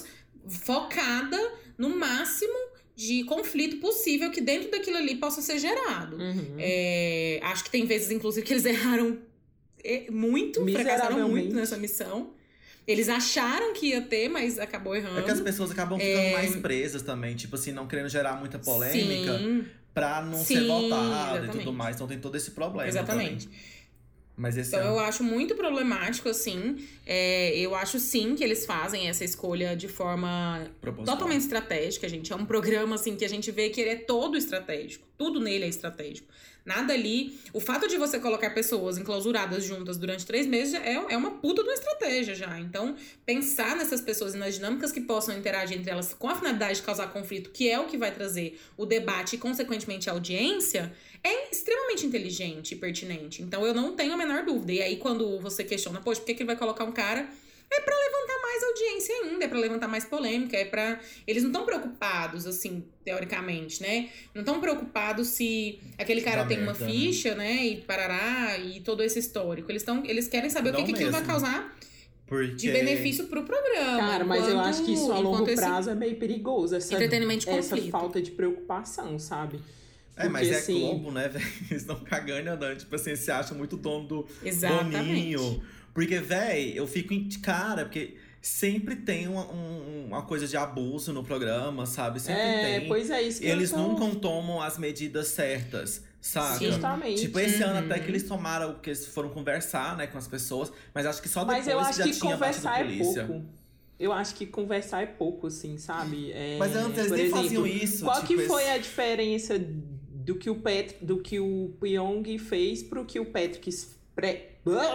focada no máximo de conflito possível que dentro daquilo ali possa ser gerado. uhum. É, acho que tem vezes, inclusive, que eles erraram é, muito, fracassaram Miseravelmente. muito nessa missão. Eles acharam que ia ter, mas acabou errando. É que as pessoas acabam ficando mais presas também. Tipo assim, não querendo gerar muita polêmica Sim, pra não Sim, ser votado e exatamente. tudo mais. Então tem todo esse problema exatamente. também. Mas esse Então é eu acho muito problemático, assim. É, eu acho sim que eles fazem essa escolha de forma proposital. totalmente estratégica, gente. É um programa, assim, que a gente vê que ele é todo estratégico. Tudo nele é estratégico. Nada ali... O fato de você colocar pessoas enclausuradas juntas durante três meses já é, é uma puta de uma estratégia já. Então, pensar nessas pessoas e nas dinâmicas que possam interagir entre elas com a finalidade de causar conflito, que é o que vai trazer o debate e, consequentemente, a audiência, é extremamente inteligente e pertinente. Então, eu não tenho a menor dúvida. E aí, quando você questiona, poxa, por que, que ele vai colocar um cara... É pra levantar mais audiência ainda, é pra levantar mais polêmica, é pra... Eles não estão preocupados, assim, teoricamente, né? Não estão preocupados se aquele cara Dá tem uma merda, né? ficha, né? E parará, e todo esse histórico. Eles, tão, eles querem saber Não o que, que aquilo vai mesmo. causar Porque... de benefício pro programa. Cara, mas eu enquanto- acho que isso a longo enquanto esse prazo é meio perigoso. Essa, entretenimento de essa conflito. falta de preocupação, sabe? É, mas Porque, é assim, Globo, né, velho? Eles estão cagando e andando. Tipo assim, se acha muito dono do Exatamente. Boninho. Porque, velho, eu fico em cara, porque sempre tem uma, um- uma coisa de abuso no programa, sabe? Sempre É, tem. pois é isso que Eles eu tô... nunca tomam as medidas certas, sabe? Justamente. Tipo, esse ano Uhum. até que eles tomaram, que eles foram conversar, né, com as pessoas, mas acho que só depois Mas eu acho já que tinha batido conversar é polícia. pouco. Eu acho que conversar é pouco, assim, sabe? É, Mas antes eles por nem exemplo, faziam isso. Qual tipo, que esse- foi a diferença do que o Pet, do que o Pyong fez pro que o Patrick Pre...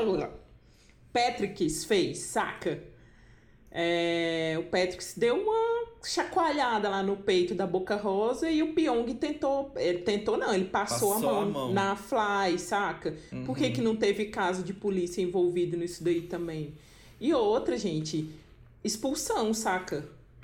Patrick fez, saca? É, o Patrick deu uma chacoalhada lá no peito da Boca Rosa e o Pyong tentou, ele tentou não, ele passou, Passou a, mão a mão. na Fly, saca? Por que Uhum. que não teve caso de polícia envolvido nisso daí também? E outra, gente, expulsão, saca?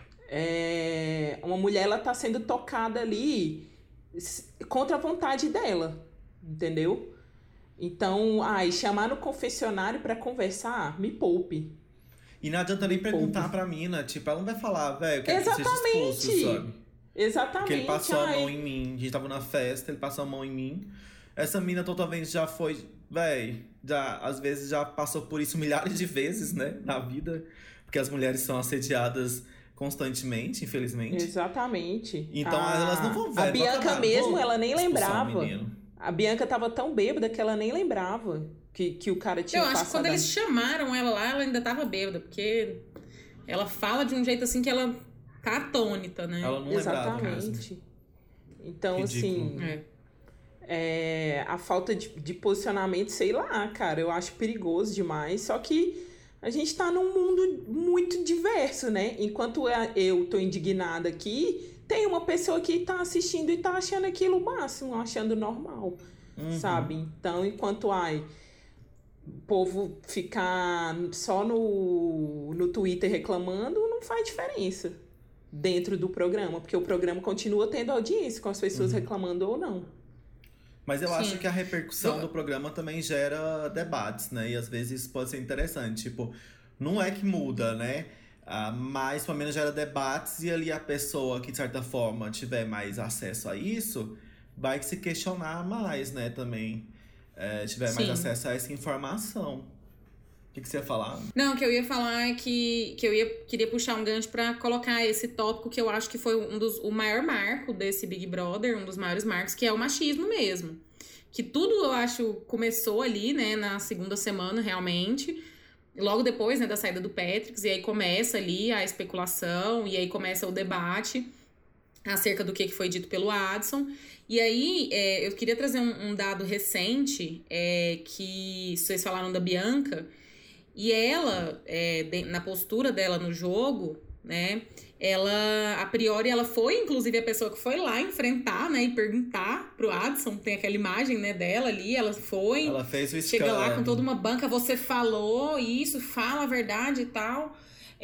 É, uma mulher, ela tá sendo tocada ali s- contra a vontade dela, entendeu? Então, ai, chamar no confessionário pra conversar, me poupe. E não adianta nem perguntar Pouco. pra mina, tipo, ela não vai falar, velho, eu quero que seja expulso, Exatamente. sabe? Exatamente. Porque ele passou a ai. mão em mim, a gente tava na festa, ele passou a mão em mim. Essa mina totalmente já foi, véi, já, às vezes já passou por isso milhares de vezes, né, na vida. Porque as mulheres são assediadas constantemente, infelizmente. Exatamente. Então a... elas não vão ver. A Bianca mesmo, vou ela nem lembrava. Um a Bianca tava tão bêbada que ela nem lembrava que, que o cara tinha Eu acho passado. que quando eles chamaram ela lá, ela ainda tava bêbada, porque ela fala de um jeito assim que ela tá atônita, né? Ela não Exatamente. Então, Ridículo. assim... É. É, a falta de, de posicionamento, sei lá, cara, eu acho perigoso demais. Só que a gente tá num mundo muito diverso, né? Enquanto eu tô indignada aqui, tem uma pessoa que tá assistindo e tá achando aquilo o máximo, achando normal, uhum. sabe? Então, enquanto, ai, o povo ficar só no, no Twitter reclamando, não faz diferença dentro do programa, porque o programa continua tendo audiência, com as pessoas uhum. reclamando ou não. Mas eu Sim. acho que a repercussão do programa também gera debates, né? E às vezes isso pode ser interessante. Tipo, não é que muda, né? Ah, mas pelo menos gera debates e ali a pessoa que, de certa forma, tiver mais acesso a isso, vai se questionar mais, né? Também é, tiver Sim. mais acesso a essa informação. O que, que você ia falar? Não, o que eu ia falar é que, que eu ia, queria puxar um gancho pra colocar esse tópico que eu acho que foi um dos, o maior marco desse Big Brother, um dos maiores marcos, que é o machismo mesmo. Que tudo, eu acho, começou ali, né, na segunda semana, realmente, logo depois, né, da saída do Patrick, e aí começa ali a especulação, e aí começa o debate acerca do que foi dito pelo Adson. E aí, é, eu queria trazer um, um dado recente, é, que vocês falaram da Bianca. E ela, é, na postura dela no jogo, né, ela, a priori, ela foi, inclusive, a pessoa que foi lá enfrentar, né, e perguntar pro Adson, tem aquela imagem, né, dela ali, ela foi... Ela fez o Chega lá com toda uma banca, você falou isso, fala a verdade e tal...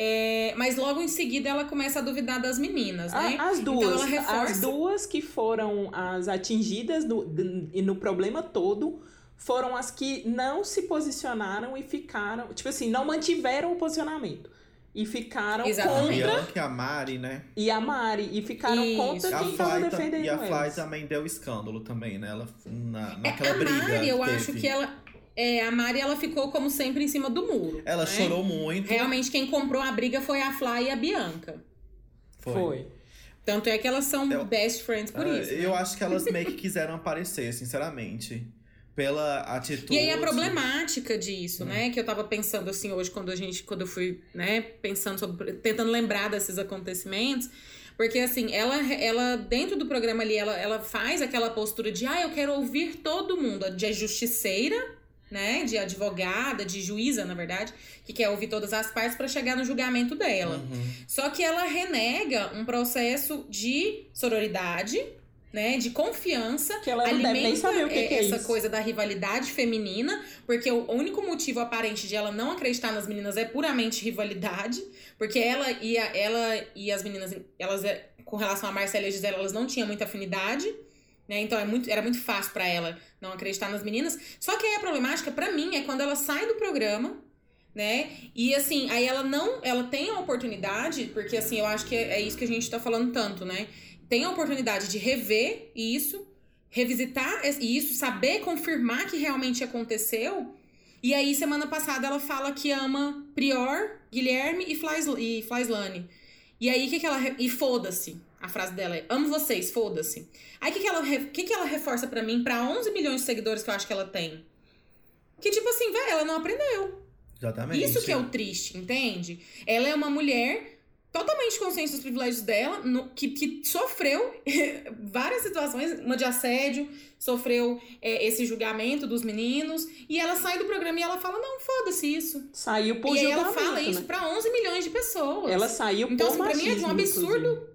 É, mas logo em seguida ela começa a duvidar das meninas, né? As duas, então ela reforça... as duas que foram as atingidas no, e no problema todo... foram as que não se posicionaram e ficaram... Tipo assim, não mantiveram o posicionamento. E ficaram Exatamente. contra... A Bianca e a Mari, né? E a Mari. E ficaram Isso. contra quem estava defendendo E a Fly eles. também deu escândalo também, né? Ela, na, naquela é, a briga Mari, eu que acho teve. que ela... É, a Mari, ela ficou, como sempre, em cima do muro. Ela né? chorou muito. Realmente, quem comprou a briga foi a Fly e a Bianca. Foi. Foi. Tanto é que elas são eu, best friends por uh, isso. Eu né? acho que elas meio que quiseram aparecer, sinceramente. Pela atitude. E aí a problemática disso, hum. né? Que eu tava pensando assim hoje, quando a gente, quando eu fui, né, pensando sobre, tentando lembrar desses acontecimentos. Porque assim, ela, ela dentro do programa ali, ela, ela faz aquela postura de ah, eu quero ouvir todo mundo, de justiceira, né? De advogada, de juíza, na verdade, que quer ouvir todas as partes para chegar no julgamento dela. Uhum. Só que ela renega um processo de sororidade, né, de confiança, que ela não alimenta deve nem saber o que, que é essa isso. coisa da rivalidade feminina, porque o único motivo aparente de ela não acreditar nas meninas é puramente rivalidade, porque ela e, a, ela e as meninas, elas, com relação a Marcela e a Gisele, elas não tinham muita afinidade, né, então é muito, era muito fácil pra ela não acreditar nas meninas. Só que aí a problemática pra mim é quando ela sai do programa, né, e assim, aí ela não, ela tem a oportunidade, porque assim, eu acho que é, é isso que a gente tá falando tanto, né, tem a oportunidade de rever isso, revisitar isso, saber confirmar que realmente aconteceu. E aí, semana passada, ela fala que ama Prior, Guilherme e, Flais, e Flaislane. E aí, o que, que ela... E foda-se. A frase dela é, amo vocês, foda-se. Aí, o que, que, ela, que, que ela reforça pra mim, pra onze milhões de seguidores que eu acho que ela tem? Que, tipo assim, velho, ela não aprendeu. Exatamente. Isso que é o triste, entende? Ela é uma mulher... totalmente consciente dos privilégios dela, no, que, que sofreu várias situações, uma de assédio, sofreu é, esse julgamento dos meninos, e ela sai do programa e ela fala, não, foda-se isso. Saiu por e julgamento, aí ela fala né? isso pra onze milhões de pessoas. Ela saiu então, por assim, machismo, pra mim é de um absurdo. inclusive.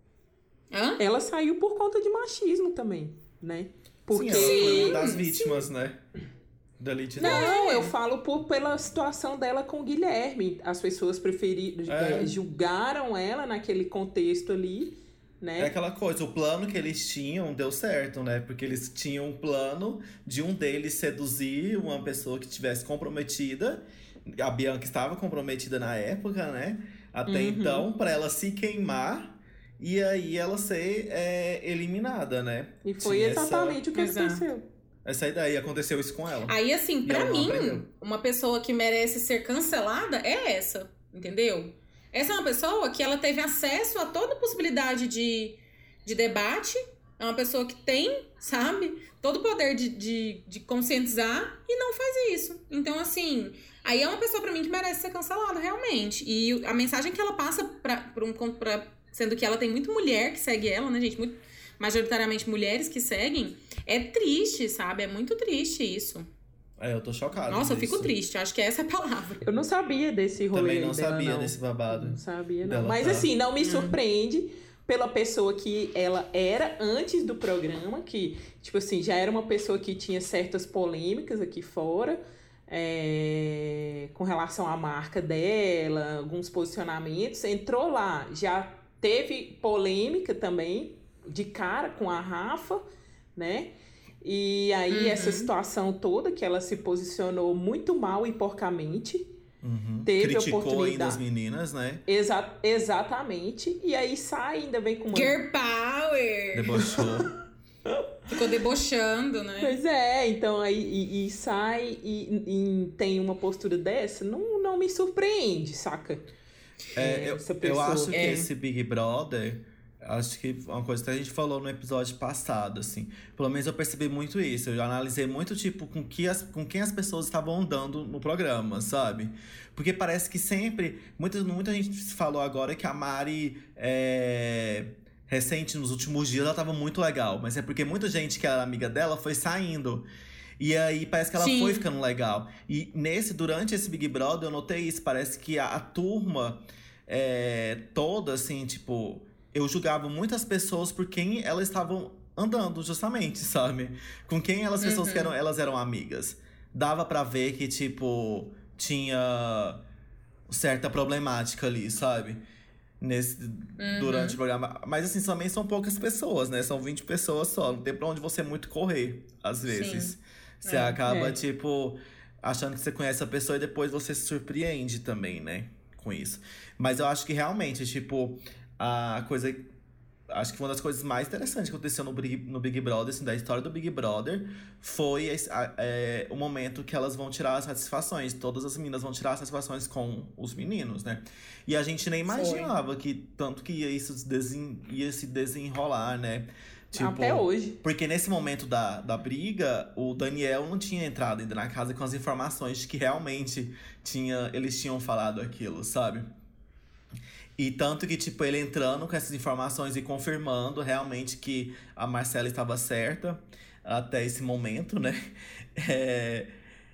Hã? Ela saiu por conta de machismo também, né? Porque... Sim, ela foi uma das vítimas, sim. né? Dali de Não, eu falo por, pela situação dela com o Guilherme. As pessoas preferiram, é. É, julgaram ela naquele contexto ali, né? É aquela coisa, o plano que eles tinham deu certo, né? Porque eles tinham um plano de um deles seduzir uma pessoa que estivesse comprometida. A Bianca estava comprometida na época, né? Até uhum. então, pra ela se queimar e aí ela ser é, eliminada, né? E foi Tinha exatamente essa... o que Exato. aconteceu. Essa ideia, aconteceu isso com ela. Aí, assim, pra mim, uma pessoa que merece ser cancelada é essa. entendeu? Essa é uma pessoa que ela teve acesso a toda possibilidade de, de debate, é uma pessoa que tem, sabe, todo o poder de, de, de conscientizar e não faz isso. Então, assim, aí é uma pessoa pra mim que merece ser cancelada, realmente. E a mensagem que ela passa pra, pra um... Pra, sendo que ela tem muita mulher que segue ela, né, gente? Muito, majoritariamente mulheres que seguem. É triste, sabe? É muito triste isso. É, eu tô chocado. Nossa, disso. eu fico triste. Acho que essa é a palavra. Eu não sabia desse rolê Também não dela, sabia não. desse babado. Não sabia, não. Dela Mas tá. assim, não me Hum. surpreende pela pessoa que ela era antes do programa, que, tipo assim, já era uma pessoa que tinha certas polêmicas aqui fora, é, com relação à marca dela, alguns posicionamentos. Entrou lá, já teve polêmica também, de cara com a Rafa, né? E aí, Uhum. essa situação toda, que ela se posicionou muito mal e porcamente. Uhum. Teve Criticou oportunidade. ainda as meninas, né? Exa- exatamente. E aí sai, ainda vem com uma... Girl power! Debochou. Ficou debochando, né? Pois é, então aí e, e sai e, e tem uma postura dessa, não, não me surpreende, saca? É, eu, essa eu pessoa. acho que É. esse Big Brother, acho que uma coisa que a gente falou no episódio passado, assim. Pelo menos eu percebi muito isso. Eu já analisei muito, tipo, com, que as, com quem as pessoas estavam andando no programa, sabe? Porque parece que sempre... Muita, muita gente falou agora que a Mari, é, recente, nos últimos dias, ela tava muito legal. Mas é porque muita gente que era amiga dela foi saindo. E aí parece que ela Sim. foi ficando legal. E nesse, durante esse Big Brother, eu notei isso. Parece que a, a turma é, toda, assim, tipo... Eu julgava muitas pessoas por quem elas estavam andando, justamente, sabe? Com quem elas pessoas Uhum. que eram, elas eram amigas. Dava pra ver que, tipo, tinha certa problemática ali, sabe? Nesse, Uhum. durante o programa. Mas, assim, também são poucas pessoas, né? São vinte pessoas só. Não tem pra onde você muito correr, às vezes. Sim. Você É. acaba, É. tipo, achando que você conhece a pessoa e depois você se surpreende também, né? Com isso. Mas eu acho que realmente, tipo, a coisa. Acho que uma das coisas mais interessantes que aconteceu no Big, no Big Brother, assim, da história do Big Brother, foi esse- a- é, o momento que elas vão tirar as satisfações. Todas as meninas vão tirar as satisfações com os meninos, né? E a gente nem imaginava que tanto que ia isso se desen, ia se desenrolar, né? Tipo, Até hoje. porque nesse momento da, da briga, o Daniel não tinha entrado ainda na casa com as informações de que realmente tinha, eles tinham falado aquilo, sabe? E tanto que, tipo, ele entrando com essas informações e confirmando realmente que a Marcela estava certa até esse momento, né? É,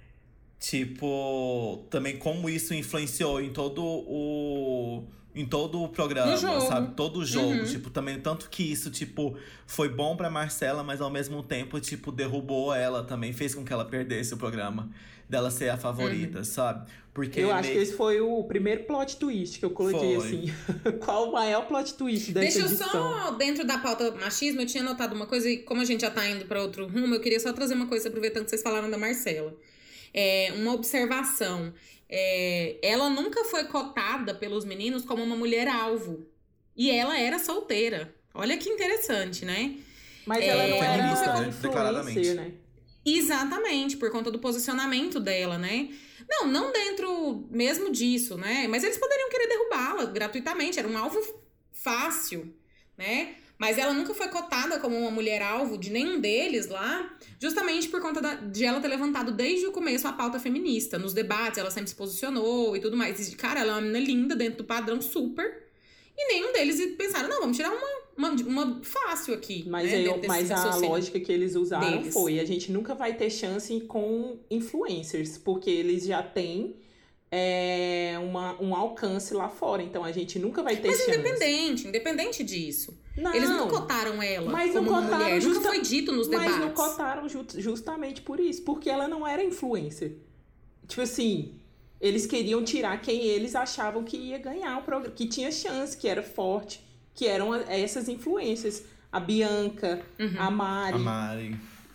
tipo, também como isso influenciou em todo o... Em todo o programa, No jogo. sabe? Todo o jogo. Uhum. Tipo, também, tanto que isso, tipo, foi bom pra Marcela, mas ao mesmo tempo, tipo, derrubou ela também. Fez com que ela perdesse o programa. Dela ser a favorita, sabe? Porque Eu acho meio- que esse foi o primeiro plot twist que eu coloquei Foi. assim. Qual o maior plot twist dessa Deixa eu edição? só, dentro da pauta machismo, eu tinha notado uma coisa, e como a gente já tá indo pra outro rumo, eu queria só trazer uma coisa, aproveitando que vocês falaram da Marcela. É, uma observação. É, ela nunca foi cotada pelos meninos como uma mulher-alvo. E ela era solteira. Olha que interessante, né? Mas É, ela não era feminista, uma né? Declaradamente. influencer, né? Exatamente, por conta do posicionamento dela, né? Não, não dentro mesmo disso, né? Mas eles poderiam querer derrubá-la gratuitamente, era um alvo fácil, né? Mas ela nunca foi cotada como uma mulher-alvo de nenhum deles lá, justamente por conta da- de ela ter levantado desde o começo a pauta feminista. Nos debates, ela sempre se posicionou e tudo mais. E, cara, ela é uma menina linda dentro do padrão super. E nenhum deles pensaram, não, vamos tirar uma, uma, uma fácil aqui. Mas, né? aí, dentro desse mas a raciocínio. lógica que eles usaram deles. foi: a gente nunca vai ter chance com influencers, porque eles já têm é, uma, um alcance lá fora. Então a gente nunca vai ter Mas chance. independente, independente disso. Não, Eles não cotaram ela mas não como uma cotaram mulher. justa- Nunca foi dito nos Mas debates. não cotaram ju- justamente por isso, porque ela não era influencer. Tipo assim, eles queriam tirar quem eles achavam que ia ganhar o programa, que tinha chance, que era forte, que eram a- essas influências. A Bianca, Uhum. a Mari, A Mari.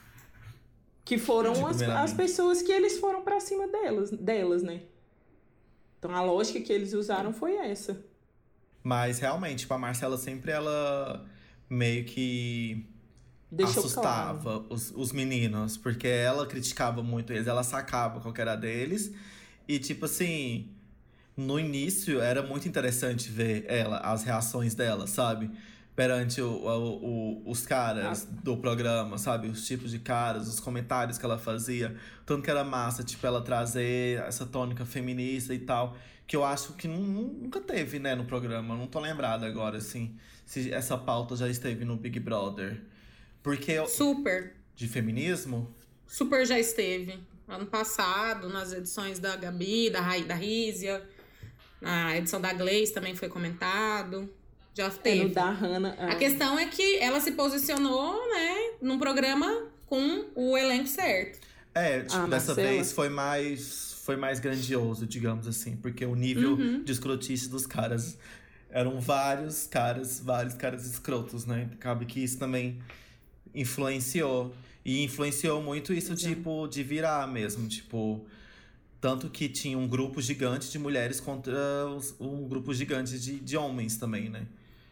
que foram Tipo, as, primeiramente. as pessoas que eles foram pra cima delas, delas, né? Então a lógica que eles usaram foi essa. Mas realmente, tipo, a Marcela sempre ela meio que Deixou assustava claro. os, os meninos, porque ela criticava muito eles, ela sacava qual que era deles. E tipo assim, no início era muito interessante ver ela, as reações dela, sabe? Perante o, o, o, os caras ah. do programa, sabe? Os tipos de caras, os comentários que ela fazia. Tanto que era massa, tipo, ela trazer essa tônica feminista e tal. Que eu acho que nunca teve, né, no programa. Eu não tô lembrada agora, assim, se essa pauta já esteve no Big Brother. Porque… Eu, Super. De feminismo? Super já esteve. Ano passado, nas edições da Gabi, da, Ra- da Rízia. Na edição da Gleice também foi comentado. Já teve. É, no da Hannah, a... a questão é que ela se posicionou, né, num programa com o elenco certo. É, tipo, ah, dessa Marcela. vez foi mais, foi mais grandioso, digamos assim. Porque o nível uhum. de escrotice dos caras… Eram vários caras, vários caras escrotos, né? Cabe que isso também influenciou. E influenciou muito isso, Exato. tipo, de virar mesmo, tipo… Tanto que tinha um grupo gigante de mulheres contra os, um grupo gigante de, de homens também, né?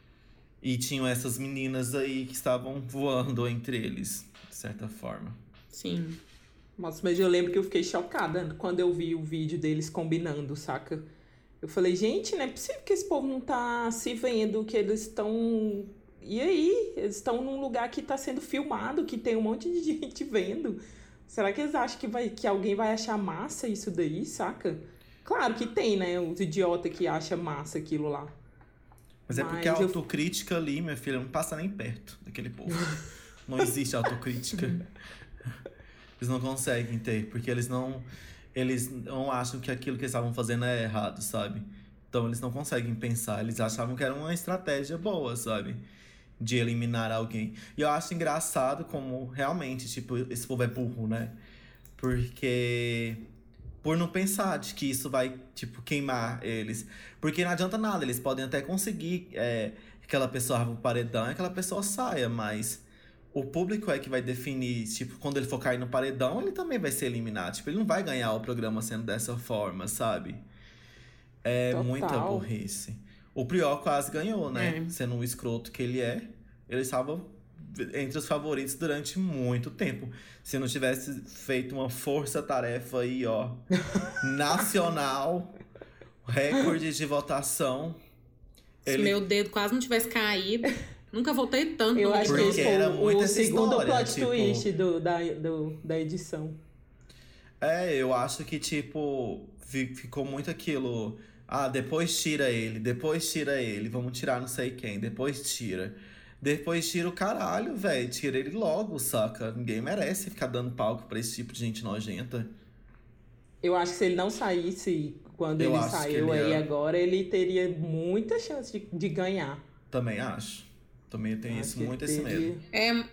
E tinham essas meninas aí que estavam voando entre eles, de certa forma. Sim. Nossa, mas eu lembro que eu fiquei chocada quando eu vi o vídeo deles combinando, saca? Eu falei, gente, não é possível que esse povo não tá se vendo, que eles estão… E aí? Eles estão num lugar que tá sendo filmado, que tem um monte de gente vendo. Será que eles acham que, vai, que alguém vai achar massa isso daí, saca? Claro que tem, né? Os idiotas que acham massa aquilo lá. Mas é porque a autocrítica ali, minha filha, não passa nem perto daquele povo. Não existe autocrítica. Eles não conseguem ter, porque eles não… Eles não acham que aquilo que eles estavam fazendo é errado, sabe? Então eles não conseguem pensar. Eles achavam que era uma estratégia boa, sabe? De eliminar alguém. E eu acho engraçado como realmente, tipo, esse povo é burro, né? Porque… Por não pensar de que isso vai, tipo, queimar eles. Porque não adianta nada, eles podem até conseguir é, que aquela pessoa vá pro paredão e aquela pessoa saia, mas… O público é que vai definir, tipo, quando ele for cair no paredão, ele também vai ser eliminado. Tipo, ele não vai ganhar o programa sendo dessa forma, sabe? É Total. Muita burrice. O Prior quase ganhou, né? É. Sendo um escroto que ele é. Ele estava entre os favoritos durante muito tempo. Se não tivesse feito uma força-tarefa aí, ó, nacional, recorde de votação. Se ele... meu dedo quase não tivesse caído… Nunca voltei tanto. Eu acho que esse era foi o segundo história, plot tipo... twist do, da, do, da edição. É, eu acho que, tipo, ficou muito aquilo… Ah, depois tira ele, depois tira ele, vamos tirar não sei quem, depois tira. Depois tira o caralho, velho, tira ele logo, saca? Ninguém merece ficar dando palco pra esse tipo de gente nojenta. Eu acho que se ele não saísse quando Eu ele acho que saiu ele aí ia- agora, ele teria muita chance de, de ganhar. Também acho. Também tenho Acho isso, que muito ele esse teria- medo. É.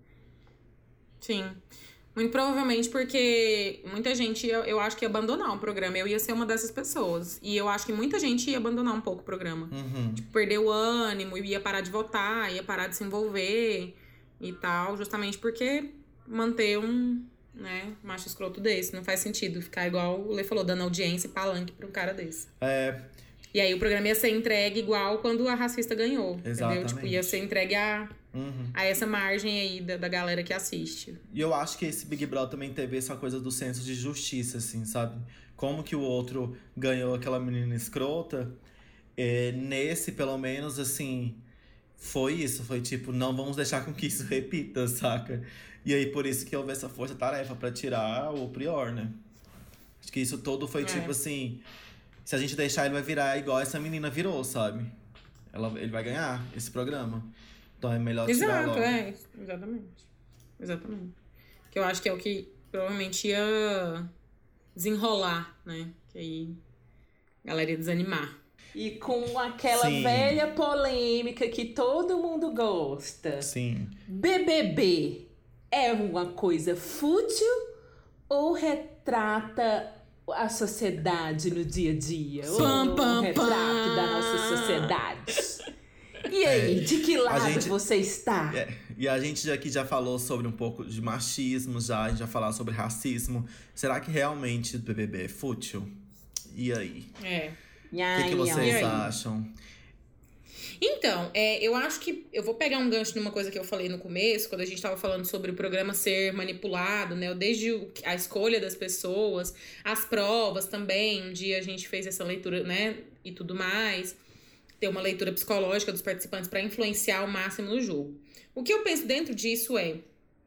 Sim. Muito provavelmente porque muita gente, ia, eu acho que ia abandonar o programa. Eu ia ser uma dessas pessoas. E eu acho que muita gente ia abandonar um pouco o programa. Uhum. Perder o ânimo, ia parar de votar, ia parar de se envolver e tal. Justamente porque manter um, né, macho escroto desse. Não faz sentido ficar igual o Lê falou, dando audiência e palanque pra um cara desse. É, E aí o programa ia ser entregue igual quando a racista ganhou. Exatamente. Entendeu? Tipo, ia ser entregue a, uhum. a essa margem aí da, da galera que assiste. E eu acho que esse Big Brother também teve essa coisa do senso de justiça, assim, sabe? Como que o outro ganhou aquela menina escrota. É, nesse, pelo menos, assim, foi isso. Foi tipo, não vamos deixar com que isso repita, saca? E aí, por isso que houve essa força-tarefa pra tirar o Prior, né? Acho que isso todo foi É. tipo assim… Se a gente deixar, ele vai virar igual essa menina virou, sabe? Ela, ele vai ganhar esse programa. Então é melhor tirar Exato, logo. é. Exatamente. Exatamente. Que eu acho que é o que provavelmente ia desenrolar, né? Que aí a galera ia desanimar. E com aquela Sim. velha polêmica que todo mundo gosta. Sim. B B B é uma coisa fútil ou retrata a sociedade no dia a dia? Ou Pam, um pam, retrato pam. da nossa sociedade? E aí, de que lado gente- você está? É, e a gente aqui já falou sobre um pouco de machismo, já, a gente já falou sobre racismo. Será que realmente o B B B é fútil? E aí? É. O que, que vocês E aí? acham? Então, é, eu acho que eu vou pegar um gancho numa coisa que eu falei no começo, quando a gente estava falando sobre o programa ser manipulado, né? Desde o, a escolha das pessoas, as provas também. Um dia a gente fez essa leitura, né? E tudo mais. Ter uma leitura psicológica dos participantes para influenciar ao máximo no jogo. O que eu penso dentro disso é,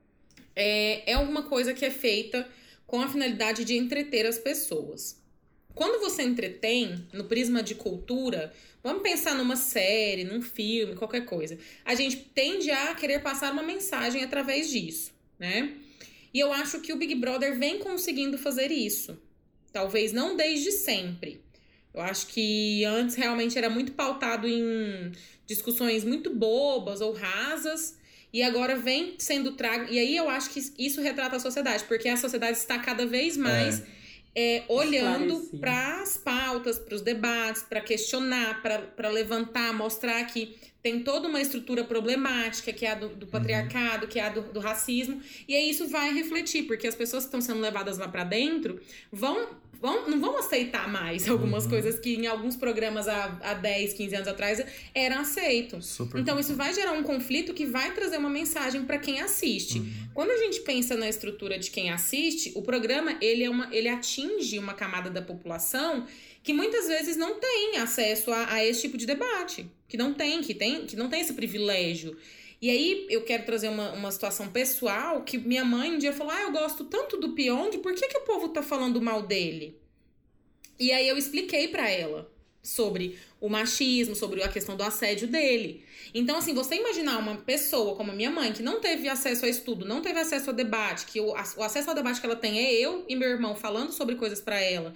é, é alguma coisa que é feita com a finalidade de entreter as pessoas. Quando você entretém, no prisma de cultura, vamos pensar numa série, num filme, qualquer coisa. A gente tende a querer passar uma mensagem através disso, né? E eu acho que o Big Brother vem conseguindo fazer isso. Talvez não desde sempre. Eu acho que antes realmente era muito pautado em discussões muito bobas ou rasas. E agora vem sendo trago... E aí eu acho que isso retrata a sociedade. Porque a sociedade está cada vez mais... É. É, olhando para as pautas, para os debates, para questionar, para levantar, mostrar que tem toda uma estrutura problemática, que é a do, do patriarcado, que é a do, do racismo, e aí isso vai refletir, porque as pessoas que estão sendo levadas lá para dentro vão, vão, não vão aceitar mais algumas uhum. coisas que em alguns programas há, há dez, quinze anos atrás eram aceitos. Super então isso vai gerar um conflito que vai trazer uma mensagem para quem assiste. Uhum. Quando a gente pensa na estrutura de quem assiste, o programa ele, é uma, ele atinge uma camada da população que muitas vezes não tem acesso a, a esse tipo de debate, que não tem, que tem, que não tem esse privilégio. E aí eu quero trazer uma, uma situação pessoal, que minha mãe um dia falou, ah, eu gosto tanto do Pyong, por que, que o povo tá falando mal dele? E aí eu expliquei pra ela sobre o machismo, sobre a questão do assédio dele. Então, assim, você imaginar uma pessoa como a minha mãe, que não teve acesso a estudo, não teve acesso ao debate, que o, o acesso ao debate que ela tem é eu e meu irmão falando sobre coisas pra ela,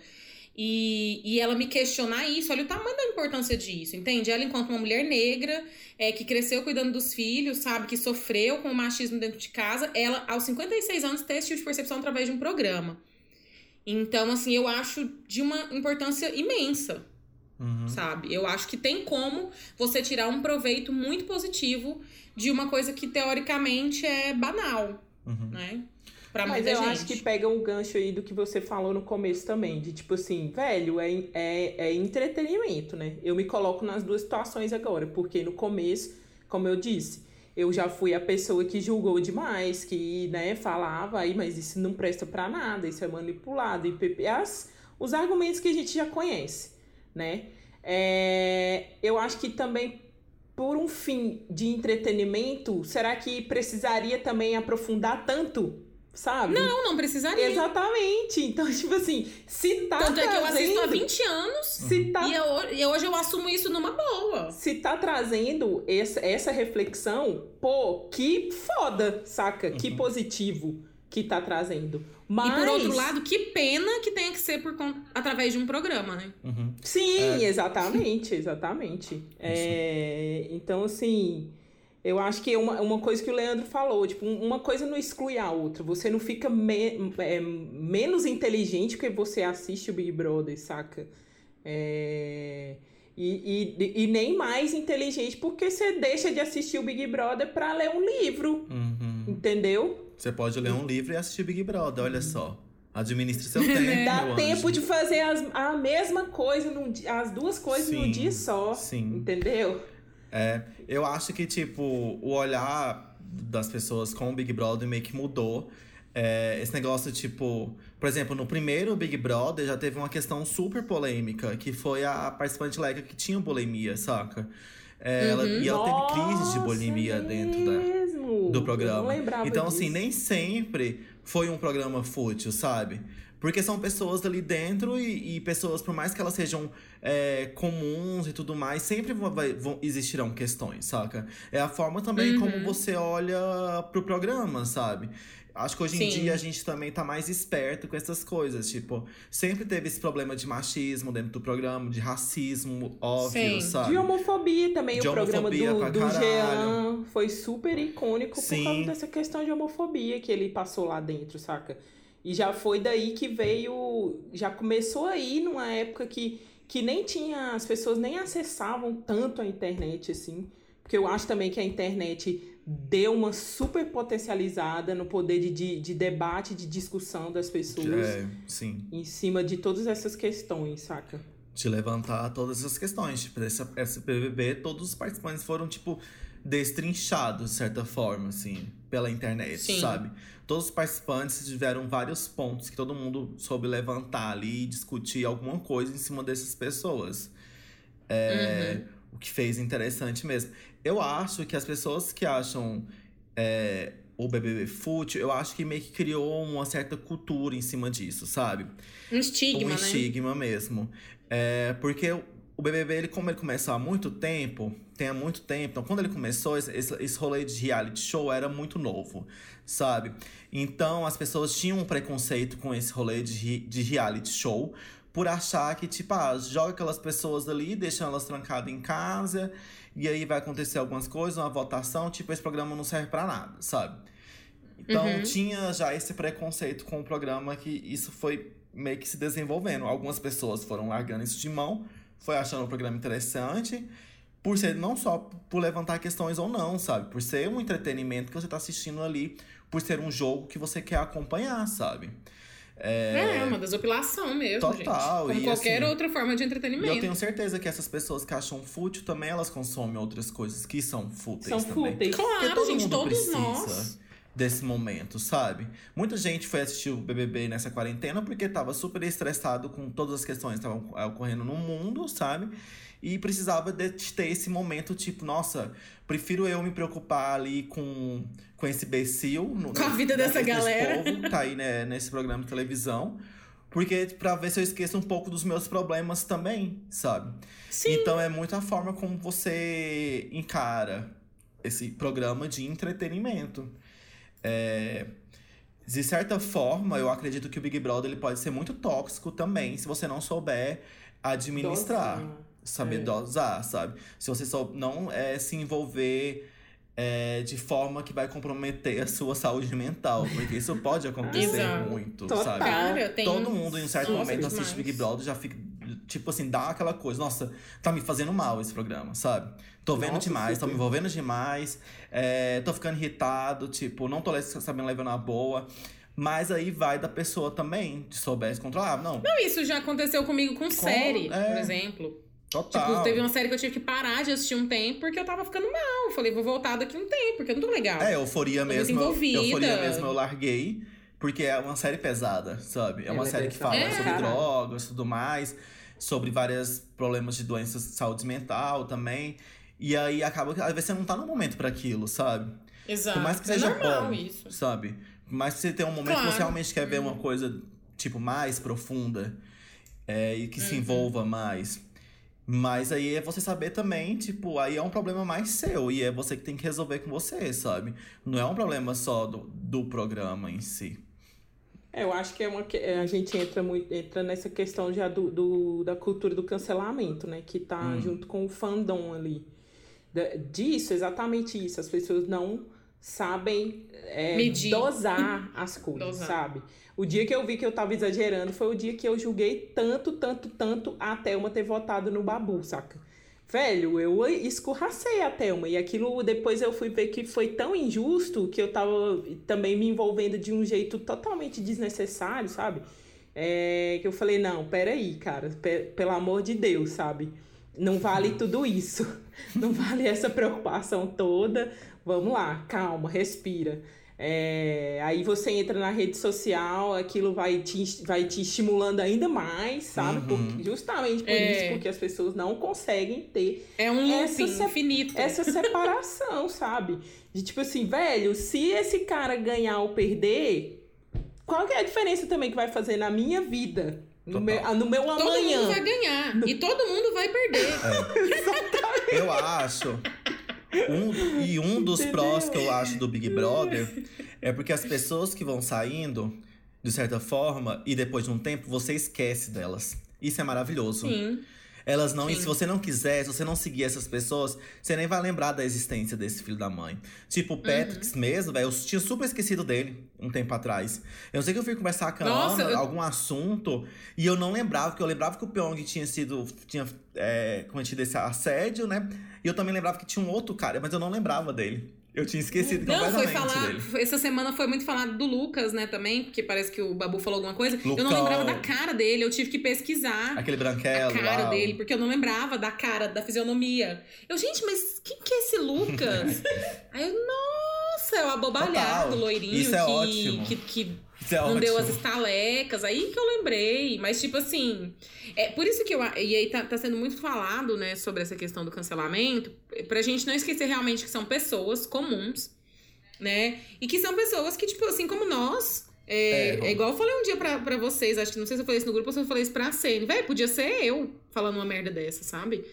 E, e ela me questionar isso, olha o tamanho da importância disso, entende? Ela, enquanto uma mulher negra, é, que cresceu cuidando dos filhos, sabe, que sofreu com o machismo dentro de casa, ela, aos cinquenta e seis anos, ter esse tipo de percepção através de um programa. Então, assim, eu acho de uma importância imensa, uhum. sabe? Eu acho que tem como você tirar um proveito muito positivo de uma coisa que, teoricamente, é banal, uhum. né? Pra Mas eu gente. acho que pega um gancho aí do que você falou no começo também, de tipo assim, velho, é, é, é entretenimento, né? Eu me coloco nas duas situações agora, porque no começo, como eu disse, eu já fui a pessoa que julgou demais, que, né, falava aí, mas isso não presta pra nada, isso é manipulado, e P P As, os argumentos que a gente já conhece, né? É, eu acho que também, por um fim de entretenimento, será que precisaria também aprofundar tanto? Sabe? Não, não precisaria. Exatamente. Então, tipo assim, se tá Tanto trazendo... é que eu assisto há vinte anos se tá... e, eu, e hoje eu assumo isso numa boa. Se tá trazendo essa, essa reflexão, pô, que foda, saca? Uhum. Que positivo que tá trazendo. Mas... E por outro lado, que pena que tenha que ser por, através de um programa, né? Uhum. Sim, é. exatamente, exatamente. É, então, assim... Eu acho que é uma, uma coisa que o Leandro falou, tipo, uma coisa não exclui a outra. Você não fica me, é, menos inteligente porque você assiste o Big Brother, saca? É, e, e, e nem mais inteligente porque você deixa de assistir o Big Brother pra ler um livro, uhum. entendeu? Você pode ler um livro e assistir Big Brother, olha só. Administre seu tempo. Dá tempo anjo. de fazer as, a mesma coisa, num, as duas coisas sim, num dia só, sim. entendeu? É, eu acho que, tipo, o olhar das pessoas com o Big Brother meio que mudou. É, esse negócio, tipo... Por exemplo, no primeiro Big Brother já teve uma questão super polêmica, que foi a participante laica que tinha bulimia, saca? É, uhum. ela, e ela Nossa, teve crise de bulimia dentro da, do programa. Então, assim, disso. nem sempre foi um programa fútil, sabe? Porque são pessoas ali dentro e, e pessoas, por mais que elas sejam é, comuns e tudo mais, sempre vão, vai, vão, existirão questões, saca? É a forma também uhum. como você olha pro programa, sabe? Acho que hoje Sim. em dia a gente também tá mais esperto com essas coisas. Tipo, sempre teve esse problema de machismo dentro do programa, de racismo, óbvio, Sim. sabe? De homofobia também. De o homofobia programa do, do Jean foi super icônico Sim. por causa dessa questão de homofobia que ele passou lá dentro, saca? E já foi daí que veio... Já começou aí numa época que, que nem tinha... As pessoas nem acessavam tanto a internet, assim. Porque eu acho também que a internet deu uma super potencializada no poder de, de, de debate, de discussão das pessoas. É, sim. Em cima de todas essas questões, saca? De levantar todas essas questões. Tipo, esse, esse B B B, todos os participantes foram, tipo, destrinchados, de certa forma, assim, pela internet, Sim. sabe? Todos os participantes tiveram vários pontos que todo mundo soube levantar ali e discutir alguma coisa em cima dessas pessoas. É, uhum. O que fez interessante mesmo. Eu acho que as pessoas que acham é, o B B B fútil, eu acho que meio que criou uma certa cultura em cima disso, sabe? Um estigma, um né? Um estigma mesmo. É, porque o B B B, ele, como ele começou há muito tempo, tem há muito tempo, então quando ele começou, esse, esse rolê de reality show era muito novo, sabe? Então as pessoas tinham um preconceito com esse rolê de, de reality show, por achar que, tipo, ah, joga aquelas pessoas ali, deixa elas trancadas em casa, e aí vai acontecer algumas coisas, uma votação, tipo, esse programa não serve pra nada, sabe? Então Uhum. tinha já esse preconceito com o programa, que isso foi meio que se desenvolvendo. Algumas pessoas foram largando isso de mão, foi achando o programa interessante, por ser não só por levantar questões ou não, sabe? Por ser um entretenimento que você tá assistindo ali, por ser um jogo que você quer acompanhar, sabe? É, é uma desopilação mesmo, total, gente. Como e, qualquer assim, outra forma de entretenimento. E eu tenho certeza que essas pessoas que acham fútil também, elas consomem outras coisas que são fúteis São também. fúteis. Porque Claro, todo gente, mundo todos precisa nós. desse momento, sabe? Muita gente foi assistir o B B B nessa quarentena porque tava super estressado com todas as questões que estavam ocorrendo no mundo, sabe? E precisava de ter esse momento, tipo, nossa, prefiro eu me preocupar ali com, com esse imbecil. No, com a vida dessa galera. Povo que tá aí, né, nesse programa de televisão. Porque pra ver se eu esqueço um pouco dos meus problemas também, sabe? Sim. Então é muito a forma como você encara esse programa de entretenimento. É... De certa forma, eu acredito que o Big Brother ele pode ser muito tóxico também, se você não souber administrar. Dosar. Saber É. dosar, sabe? Se você só não é, se envolver é, de forma que vai comprometer a sua saúde mental. Porque isso pode acontecer Exato. muito, Total. sabe? Cara, tem Todo mundo, em um certo Nossa, momento, demais. assiste Big Brother já fica, tipo assim, dá aquela coisa. Nossa, tá me fazendo mal esse programa, sabe? Tô vendo Nossa, demais, tô super. me envolvendo demais. É, tô ficando irritado, tipo, não tô le- sabendo levar na boa. Mas aí vai da pessoa também, de souber se controlar. Não, Não, isso já aconteceu comigo com série, é. por exemplo. total. Tipo, teve uma série que eu tive que parar de assistir um tempo porque eu tava ficando mal. Eu falei, vou voltar daqui um tempo, porque eu não tô legal. É, euforia Tô muito mesmo. eu- envolvida. Euforia mesmo eu larguei. Porque é uma série pesada, sabe? É uma Ela é série que fala pesada. sobre É. drogas e tudo mais. Sobre vários problemas de doenças de saúde mental também. E aí acaba que às vezes você não tá no momento pra aquilo, sabe? Exato. Por mais que é seja normal bom, isso. sabe? Por mais que você tenha um momento que Claro. você realmente quer ver uma coisa, tipo, mais profunda. É, e que se Uhum. envolva mais. Mas aí é você saber também, tipo, aí é um problema mais seu. E é você que tem que resolver com você, sabe? Não é um problema só do, do programa em si. É, eu acho que é uma que- é, a gente entra muito entra nessa questão já do, do- da cultura do cancelamento, né? Que tá Hum. junto com o fandom ali. Da- disso, exatamente isso. As pessoas não sabem é, Medir. dosar as coisas, Dosar. sabe? O dia que eu vi que eu tava exagerando foi o dia que eu julguei tanto, tanto, tanto a Thelma ter votado no Babu, saca? Velho, eu escorracei a Thelma. E aquilo, depois eu fui ver que foi tão injusto que eu tava também me envolvendo de um jeito totalmente desnecessário, sabe? É, que eu falei, não, peraí, cara, pe- pelo amor de Deus, sabe? Não vale tudo isso. Não vale essa preocupação toda. Vamos lá, calma, respira. É, aí você entra na rede social, aquilo vai te, vai te estimulando ainda mais, sabe? Uhum. Porque- justamente por É. isso, porque as pessoas não conseguem ter É um Essa looping se- infinito. essa separação, sabe? De tipo assim, velho, se esse cara ganhar ou perder, qual que é a diferença também que vai fazer na minha vida? No Total. meu, no meu Todo amanhã. mundo vai ganhar. E todo mundo vai perder. Eu acho. Um, e um dos Entendeu? prós que eu acho do Big Brother é porque as pessoas que vão saindo, de certa forma, e depois de um tempo, você esquece delas. Isso é maravilhoso. Sim. Elas não, e Sim. se você não quiser, se você não seguir essas pessoas, você nem vai lembrar da existência desse filho da mãe. Tipo, o Patrick mesmo, velho, eu tinha super esquecido dele um tempo atrás. Eu sei que eu fui conversar com a Nossa, Ana, eu- algum assunto, e eu não lembrava, porque eu lembrava que o Pyong tinha sido, tinha é, cometido esse assédio, né? E eu também lembrava que tinha um outro cara, mas eu não lembrava dele. Eu tinha esquecido Não, foi completamente falar. dele. Essa semana foi muito falado do Lucas, né, também, porque parece que o Babu falou alguma coisa. Lucão. Eu não lembrava da cara dele, eu tive que pesquisar. Aquele branquelo. A cara uau. dele, porque eu não lembrava da cara, da fisionomia. Eu, gente, mas quem que é esse Lucas? Aí eu, nossa, é o abobalhado, Total. loirinho. Isso é que, ótimo. que, que Isso é não ótimo. deu as estalecas. Aí que eu lembrei. Mas, tipo assim, é por isso que eu. E aí tá, tá sendo muito falado, né, sobre essa questão do cancelamento, pra gente não esquecer realmente que são pessoas comuns, né? E que são pessoas que, tipo, assim como nós. É, Erram. é igual eu falei um dia pra, pra vocês, acho que não sei se eu falei isso no grupo ou se eu falei isso pra Cene. Véi, podia ser eu falando uma merda dessa, sabe?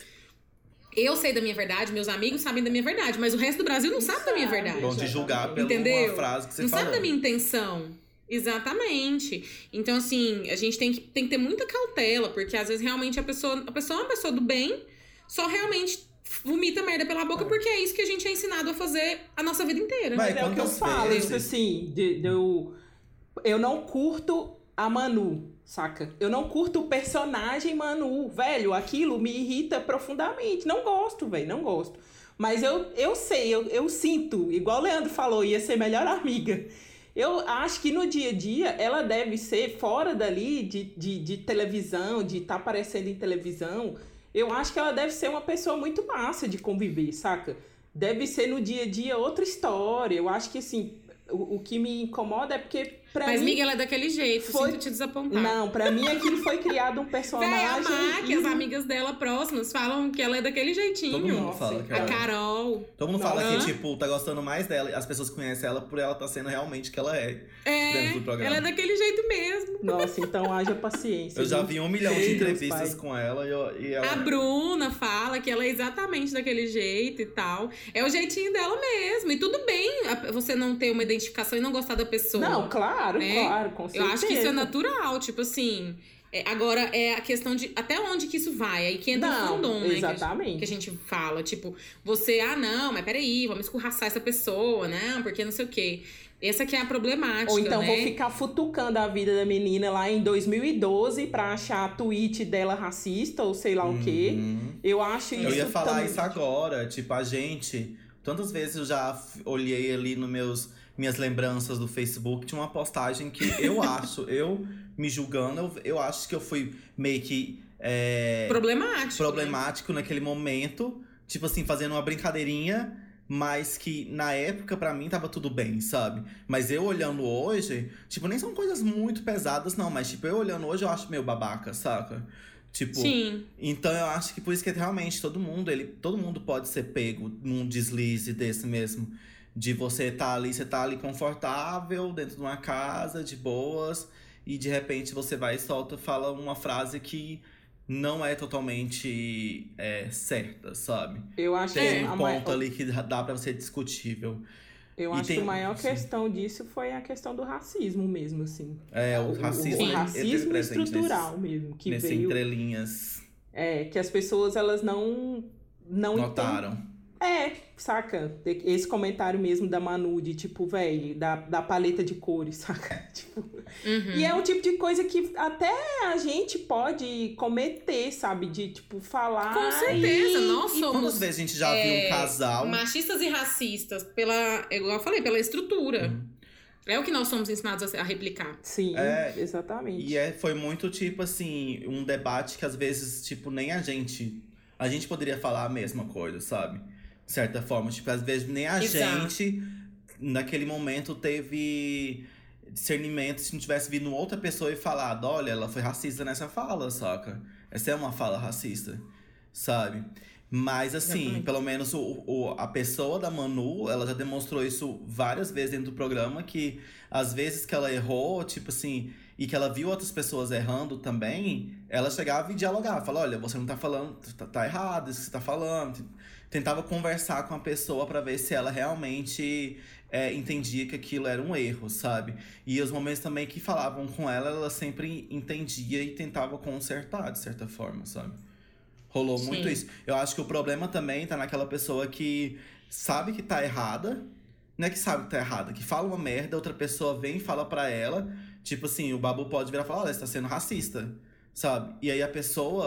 Eu sei da minha verdade, meus amigos sabem da minha verdade, mas o resto do Brasil não, Não sabe da minha sabe. verdade. Vão te julgar pela Entendeu? uma frase que você Não falou. sabe da minha intenção. Exatamente. Então, assim, a gente tem que, tem que ter muita cautela, porque às vezes realmente a pessoa, a pessoa é uma pessoa do bem, só realmente vomita merda pela boca, porque é isso que a gente é ensinado a fazer a nossa vida inteira. Vai, Mas é o que eu quantas falo, vezes? tipo assim, de, de eu, eu não curto a Manu, saca? Eu não curto o personagem Manu, velho, aquilo me irrita profundamente, não gosto, velho, não gosto. Mas eu, eu sei, eu, eu sinto, igual o Leandro falou, ia ser melhor amiga. Eu acho que no dia a dia ela deve ser fora dali de, de, de televisão, de estar tá aparecendo em televisão. Eu acho que ela deve ser uma pessoa muito massa de conviver, saca? Deve ser no dia a dia outra história. Eu acho que, assim, o, o que me incomoda é porque, pra Mas, mim... Miguel, é daquele jeito, foi- sinto te desapontar. Não, pra mim aquilo foi criado um Véi, personagem... a Mac, e- as amigas dela próximas falam que ela é daquele jeitinho. Todo mundo Nossa, fala que A ela... Carol. Todo mundo fala Hã? que, tipo, tá gostando mais dela. As pessoas conhecem ela por ela tá sendo realmente o que ela é. É, Dentro do programa. ela é daquele jeito mesmo. Nossa, então haja paciência. Eu já viu? vi um milhão de Deus, entrevistas pai. com ela e, eu- e ela... A Bruna fala que ela é exatamente daquele jeito e tal. É o jeitinho dela mesmo. E tudo bem a- você não ter uma identificação e não gostar da pessoa. Não, claro, né? claro, com Eu certeza. acho que isso é natural, tipo assim. É, agora é a questão de até onde que isso vai. Aí que entra o Não, fandom, né? que a gente- exatamente. Que a gente fala. Tipo, você, ah, não, mas peraí, vamos escorraçar essa pessoa, né? Porque não sei o quê. Essa que é a problemática. Ou então né? vou ficar futucando a vida da menina lá em dois mil e doze pra achar a tweet dela racista ou sei lá o quê. Uhum. Eu acho isso Eu ia falar também. isso agora. Tipo, a gente... Tantas vezes eu já f- olhei ali nos meus... Minhas lembranças do Facebook, tinha uma postagem que eu acho, eu me julgando, eu, eu acho que eu fui meio que é, Problemático. problemático naquele momento. Tipo assim, fazendo uma brincadeirinha, mas que na época pra mim tava tudo bem, sabe? Mas eu olhando hoje, tipo, nem são coisas muito pesadas, não, mas tipo, eu olhando hoje eu acho meio babaca, saca? Tipo, Sim. então eu acho que por isso que realmente todo mundo, ele, todo mundo pode ser pego num deslize desse mesmo. De você tá ali, você tá ali confortável, dentro de uma casa, de boas, e de repente você vai e solta, fala uma frase que não é totalmente é, certa, sabe? Eu acho que Tem a um mai- ponto ali que dá pra ser discutível. Eu E acho tem- que a maior sim. questão disso foi a questão do racismo mesmo, assim. É, o O, racismo, o ele- ele racismo teve presente estrutural mesmo, que nesse, nesse veio... entrelinhas, É, que as pessoas, elas não... não notaram. É, saca? Esse comentário mesmo da Manu, de tipo, velho, da, da paleta de cores, saca? Tipo, Uhum. e é um tipo de coisa que até a gente pode cometer, sabe? De, tipo, falar. Com certeza, e- nós E quantas somos vezes a gente já é, viu um casal... machistas e racistas pela, igual eu falei, pela estrutura. Uhum. É o que nós somos ensinados a, a replicar. Sim, É, exatamente. E é, foi muito, tipo assim, um debate que às vezes, tipo, nem a gente... A gente poderia falar a mesma coisa, sabe? De certa forma. Tipo, às vezes nem a Exato. gente, naquele momento, teve discernimento se não tivesse vindo outra pessoa e falado, olha, ela foi racista nessa fala, saca? Essa é uma fala racista, sabe? Mas assim, Exatamente. pelo menos o, o, a pessoa da Manu, ela já demonstrou isso várias vezes dentro do programa, que às vezes que ela errou, tipo assim, e que ela viu outras pessoas errando também, ela chegava e dialogava, falava, olha, você não tá falando, tá, tá errado isso que você tá falando. Tentava conversar com a pessoa pra ver se ela realmente é, entendia que aquilo era um erro, sabe? E os momentos também que falavam com ela, ela sempre entendia e tentava consertar, de certa forma, sabe? Rolou Sim. muito isso. Eu acho que o problema também tá naquela pessoa que sabe que tá errada, não é que sabe que tá errada, que fala uma merda, outra pessoa vem e fala pra ela, tipo assim, o Babu pode virar e falar, olha, você tá sendo racista, sabe? E aí a pessoa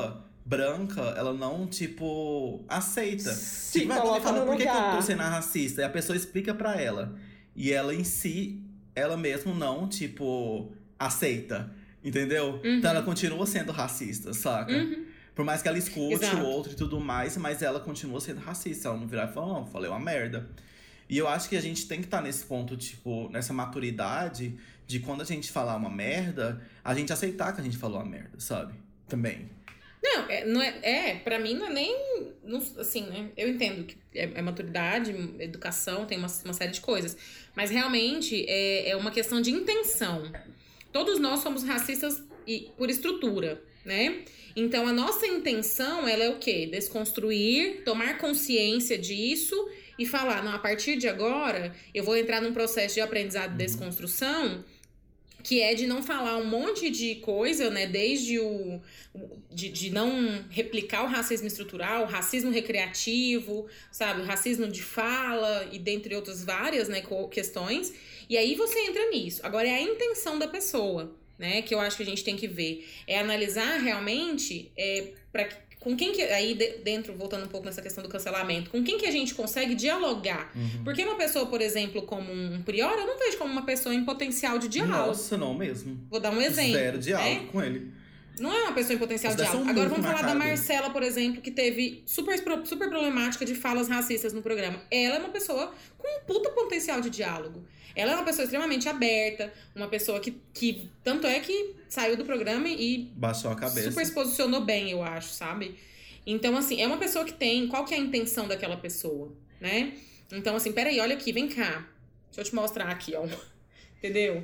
branca, ela não, tipo, aceita. Se tipo, vai, quando coloca ele fala, no por que, que eu lugar. tô sendo racista? E a pessoa explica pra ela. E ela em si, ela mesmo não, tipo, aceita. Entendeu? Uhum. Então ela continua sendo racista, saca? Uhum. Por mais que ela escute Exato. o outro e tudo mais, mas ela continua sendo racista. Ela não virar e falar, não, falei uma merda. E eu acho que a gente tem que estar nesse ponto, tipo, nessa maturidade de quando a gente falar uma merda, a gente aceitar que a gente falou uma merda, sabe? Também. Não, é, não é, é, pra mim não é nem, não, assim, né, eu entendo que é, é maturidade, educação, tem uma, uma série de coisas, mas realmente é, é uma questão de intenção. Todos nós somos racistas e, por estrutura, né? Então, a nossa intenção, ela é o quê? Desconstruir, tomar consciência disso e falar, não, a partir de agora, eu vou entrar num processo de aprendizado e desconstrução, que é de não falar um monte de coisa, né? Desde o... De, de não replicar o racismo estrutural, o racismo recreativo, sabe? O racismo de fala e dentre outras várias, né, questões. E aí você entra nisso. Agora, é a intenção da pessoa, né? Que eu acho que a gente tem que ver. É analisar realmente... É, pra, com quem que... Aí dentro, voltando um pouco nessa questão do cancelamento. Com quem que a gente consegue dialogar? Uhum. Porque uma pessoa, por exemplo, como um prior, eu não vejo como uma pessoa em potencial de diálogo. Nossa, não mesmo. Vou dar um exemplo. Zero diálogo, né, com ele. Não é uma pessoa em potencial de diálogo. Agora vamos falar da Marcela, por exemplo, que teve super, super problemática de falas racistas no programa. Ela é uma pessoa com um puta potencial de diálogo. Ela é uma pessoa extremamente aberta, uma pessoa que, que tanto é que saiu do programa e baixou a cabeça. Super se posicionou bem, eu acho, sabe? Então, assim, é uma pessoa que tem... Qual que é a intenção daquela pessoa, né? Então, assim, peraí, olha aqui, vem cá. Deixa eu te mostrar aqui, ó. Entendeu?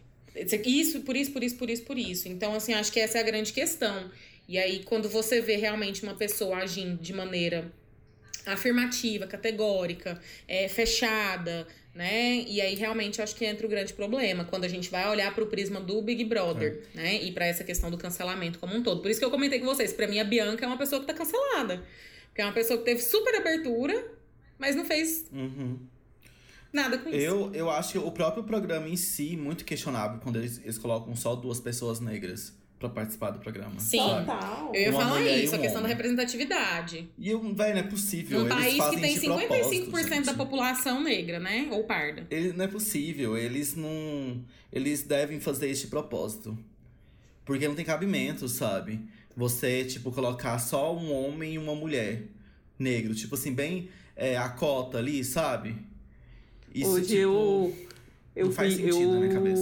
Isso, por isso, por isso, por isso, por isso. Então, assim, acho que essa é a grande questão. E aí, quando você vê realmente uma pessoa agindo de maneira afirmativa, categórica, é, fechada, né? E aí, realmente, acho que entra o grande problema. Quando a gente vai olhar pro prisma do Big Brother, é. né? E pra essa questão do cancelamento como um todo. Por isso que eu comentei com vocês. Pra mim, a Bianca é uma pessoa que tá cancelada. Porque é uma pessoa que teve super abertura, mas não fez... Uhum. Nada com isso. Eu, eu acho que o próprio programa em si, muito questionável, quando eles, eles colocam só duas pessoas negras pra participar do programa. Sim, total. Eu ia Uma falar mulher e isso, um a questão homem. da representatividade. E, eu, velho, não é possível. Num eles país que fazem tem de cinquenta e cinco por cento propósito, da gente. população negra, né? Ou parda. Ele, não é possível. Eles não... Eles devem fazer este propósito. Porque não tem cabimento, sabe? Você, tipo, colocar só um homem e uma mulher negro. Tipo assim, bem é, a cota ali, sabe? Isso, Hoje tipo, eu... eu não faz vi, sentido eu... na minha cabeça.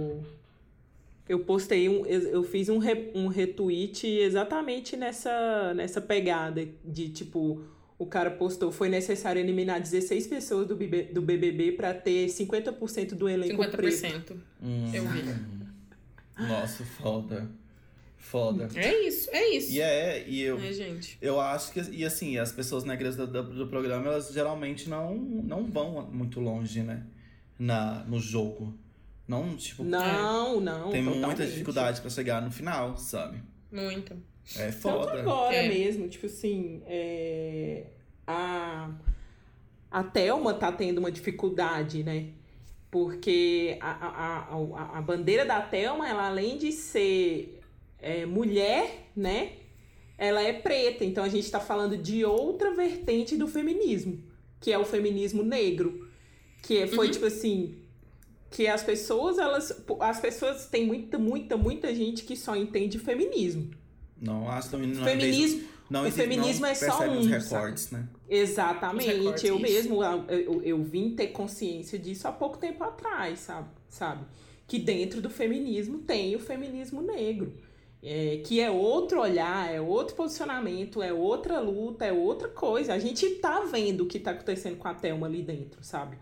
Eu postei, um, eu fiz um, re, um retweet exatamente nessa, nessa pegada de, tipo, o cara postou, foi necessário eliminar dezesseis pessoas do, do B B B pra ter cinquenta por cento do elenco cinquenta por preto. cento. Hum, Eu vi. Nossa, foda. Foda. É isso, é isso. E é, e eu, É, gente. eu acho que, e assim, as pessoas negras do, do, do programa, elas geralmente não, não vão muito longe, né? Na, no jogo. Não, tipo, Não, não, tem muita totalmente. dificuldade pra chegar no final, sabe? Muito. É Tanto foda. agora É. mesmo, tipo assim, é, a, a Thelma tá tendo uma dificuldade, né? Porque a, a, a, a bandeira da Thelma, ela além de ser é, mulher, né? Ela é preta. Então a gente tá falando de outra vertente do feminismo, que é o feminismo negro. Que foi, Uhum. tipo assim... Que as pessoas, elas... As pessoas... Tem muita, muita, muita gente que só entende feminismo. Não, acho que não, Feminismo, vejo- não o existe- feminismo não é só percebe um, os recortes, né? Exatamente. Os recortes, eu isso. mesmo, eu, eu, eu vim ter consciência disso há pouco tempo atrás, sabe? sabe? Que dentro do feminismo tem o feminismo negro. É, que é outro olhar, é outro posicionamento, é outra luta, é outra coisa. A gente tá vendo o que tá acontecendo com a Thelma ali dentro, sabe?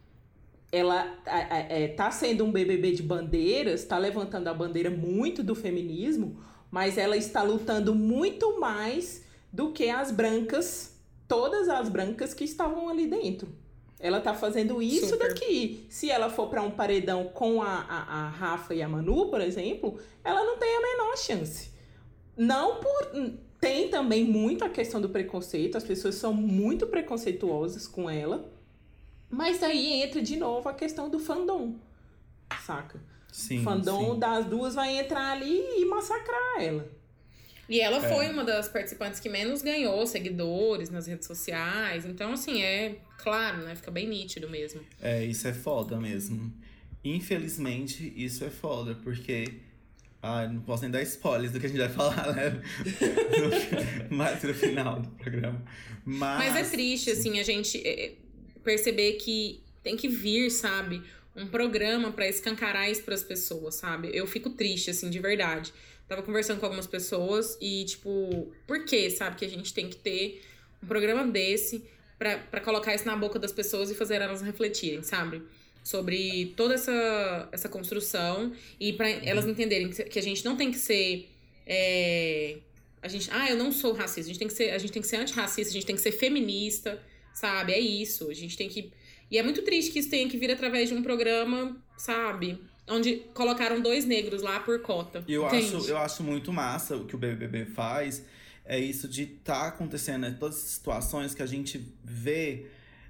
Ela é, é, tá sendo um B B B de bandeiras, tá levantando a bandeira muito do feminismo, mas ela está lutando muito mais do que as brancas, todas as brancas que estavam ali dentro. Ela tá fazendo isso Super. daqui. Se ela for para um paredão com a, a, a Rafa e a Manu, por exemplo, ela não tem a menor chance. Não por... Tem também muito a questão do preconceito, as pessoas são muito preconceituosas com ela, mas aí entra de novo a questão do fandom, saca? Sim, O fandom sim. das duas vai entrar ali e massacrar ela. E ela É. foi uma das participantes que menos ganhou seguidores nas redes sociais. Então, assim, é claro, né? Fica bem nítido mesmo. É, isso é foda mesmo. Infelizmente, isso é foda, porque... Ai, não posso nem dar spoilers do que a gente vai falar, né? No, mais no final do programa. Mas, Mas é triste, assim, a gente é, perceber que tem que vir, sabe? Um programa pra escancarar isso pras pessoas, sabe? Eu fico triste, assim, de verdade. Tava conversando com algumas pessoas e, tipo, por que, sabe? Que a gente tem que ter um programa desse pra, pra colocar isso na boca das pessoas e fazer elas refletirem, sabe? Sobre toda essa, essa construção e pra elas entenderem que, que a gente não tem que ser... É, a gente, ah, eu não sou racista. A gente tem que ser, a gente tem que ser antirracista, a gente tem que ser feminista, sabe? É isso. A gente tem que... E é muito triste que isso tenha que vir através de um programa, sabe? Onde colocaram dois negros lá por cota. eu entende? acho, eu acho muito massa o que o B B B faz. É isso de tá acontecendo, né? Todas as situações que a gente vê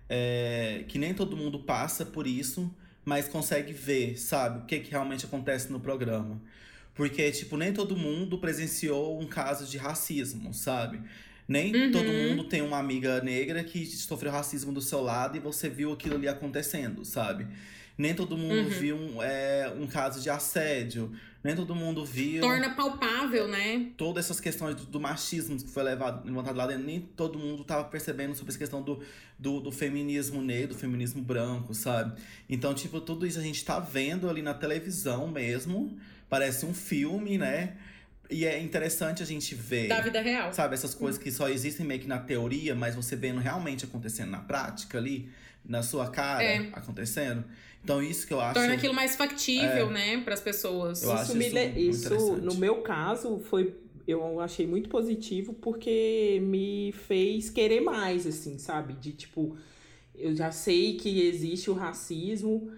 é, que nem todo mundo passa por isso, mas consegue ver, sabe? O que, que realmente acontece no programa. Porque, tipo, nem todo mundo presenciou um caso de racismo, sabe? Nem Uhum. todo mundo tem uma amiga negra que sofreu racismo do seu lado e você viu aquilo ali acontecendo, sabe? Nem todo mundo Uhum. viu um, é, um caso de assédio. Nem todo mundo viu Torna palpável, né? todas essas questões do, do machismo que foi levado, levantado lá dentro. Nem todo mundo tava percebendo sobre essa questão do, do, do feminismo negro, do feminismo branco, sabe? Então, tipo, tudo isso a gente tá vendo ali na televisão mesmo. Parece um filme, né? E é interessante a gente ver, Da vida real. sabe, essas coisas que só existem meio que na teoria, mas você vendo realmente acontecendo na prática ali, na sua cara, É. acontecendo. Então, isso que eu acho. Torna aquilo mais factível, né? Pras pessoas. Eu acho Isso, me isso le- muito isso interessante. no meu caso, foi, eu achei muito positivo porque me fez querer mais, assim, sabe? De tipo, eu já sei que existe o racismo,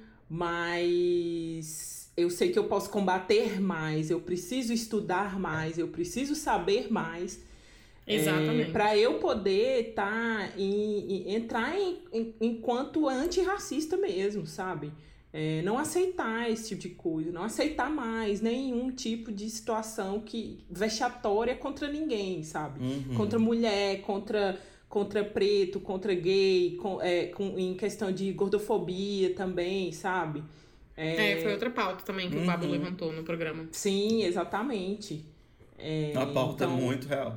mas eu sei que eu posso combater mais, eu preciso estudar mais, eu preciso saber mais. Exatamente. Para eu poder tá, em, em- entrar em, em- enquanto antirracista mesmo, sabe? É, não aceitar esse tipo de coisa, não aceitar mais nenhum tipo de situação que vexatória contra ninguém, sabe? Uhum. Contra mulher, contra, contra preto, contra gay, com, é, com, em questão de gordofobia também, sabe? É, foi outra pauta também que Uhum. o Pablo levantou no programa. Sim, exatamente. É, Uma pauta então, muito real.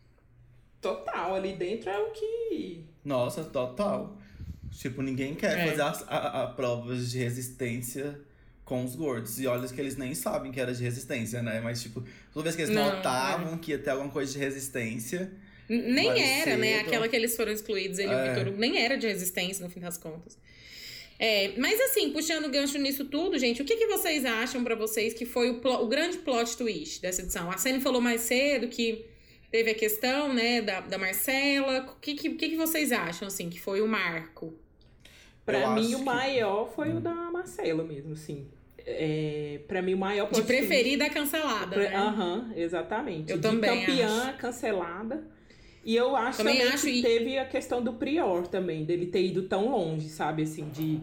total, ali dentro é o que... Nossa, total. Tipo, ninguém quer É. fazer as a, a provas de resistência com os gordos. E olha que eles nem sabem que era de resistência, né? Mas, tipo, toda vez que eles Não, notavam que ia ter alguma coisa de resistência... N- Nem Mais era, né? cedo. Aquela que eles foram excluídos, ele e É. o Vitor Hugo, nem era de resistência, no fim das contas. É, mas assim, puxando o gancho nisso tudo, gente, o que, que vocês acham pra vocês que foi o, plo- o grande plot twist dessa edição? A Sene falou mais cedo que teve a questão, né, da, da Marcela. O que, que, o que, que vocês acham, assim, que foi o marco? Pra Eu mim, acho o que- maior foi o da Marcela mesmo, assim. É, pra mim, o maior De plot twist- preferida cancelada, Pra- né? Aham, exatamente. Eu de também campeã cancelada. E eu acho Também também, acho, que e- teve a questão do Prior também, dele ter ido tão longe, sabe? Assim, de...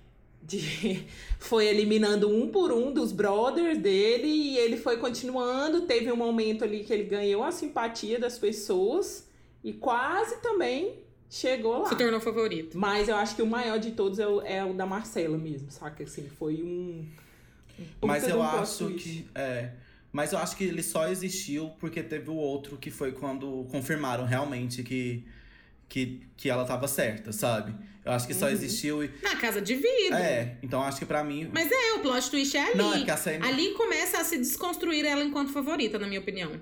de foi eliminando um por um dos brothers dele e ele foi continuando. Teve um momento ali que ele ganhou a simpatia das pessoas e quase também chegou lá. Se tornou favorito. Mas eu acho que o maior de todos é o, é o da Marcela mesmo, saca? Assim, foi um... um puta Mas de eu um plot acho twist. que... É, mas eu acho que ele só existiu porque teve o outro que foi quando confirmaram realmente que, que, que ela tava certa, sabe? Eu acho que só Uhum. existiu e... Na casa de vidro. É, então acho que pra mim... Mas é, o plot twist é ali. Não, é porque a Sene... Ali começa a se desconstruir ela enquanto favorita, na minha opinião.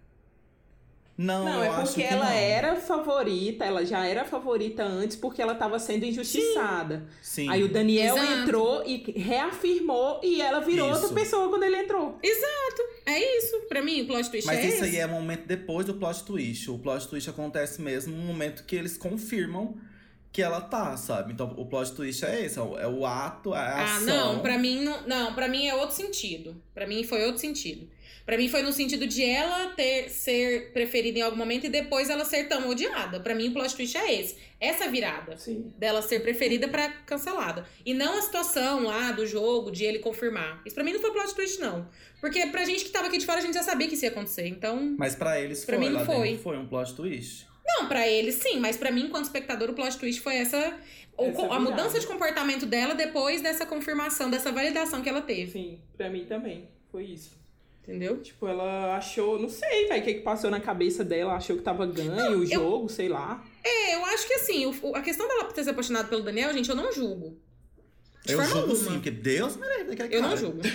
Não, Não, eu é acho porque que ela não. era favorita, ela já era favorita antes porque ela tava sendo injustiçada. Sim. Aí o Daniel Exato. entrou e reafirmou e ela virou Isso. outra pessoa quando ele entrou. É isso. Pra mim, o plot twist Mas é isso esse. aí é um momento depois do plot twist. O plot twist acontece mesmo no momento que eles confirmam que ela tá, sabe? Então o plot twist é esse, é o, é o ato, é a Ah, ação. não, pra mim não, não, pra mim é outro sentido. Pra mim foi outro sentido. Pra mim foi no sentido de ela ter, ser preferida em algum momento e depois ela ser tão odiada. Pra mim o plot twist é esse. Essa virada. Sim. Dela ser preferida pra cancelada. E não a situação lá do jogo, de ele confirmar. Isso pra mim não foi plot twist, não. Porque pra gente que tava aqui de fora, a gente já sabia que isso ia acontecer. Então... Mas pra eles Pra foi, mim não lá foi. dentro foi um plot twist. Não, pra ele sim, mas pra mim, enquanto espectador, o plot twist foi essa... o- Essa a virada. mudança de comportamento dela depois dessa confirmação, dessa validação que ela teve. Sim, pra mim também. Foi isso. Entendeu? Tipo, ela achou, não sei, velho, o que, que passou na cabeça dela, achou que tava ganho o jogo, sei lá. É, eu acho que assim, o- o- a questão dela ter se apaixonado pelo Daniel, gente, eu não julgo. De Eu forma julgo alguma. sim, porque Deus merece daquele Eu cara. não julgo.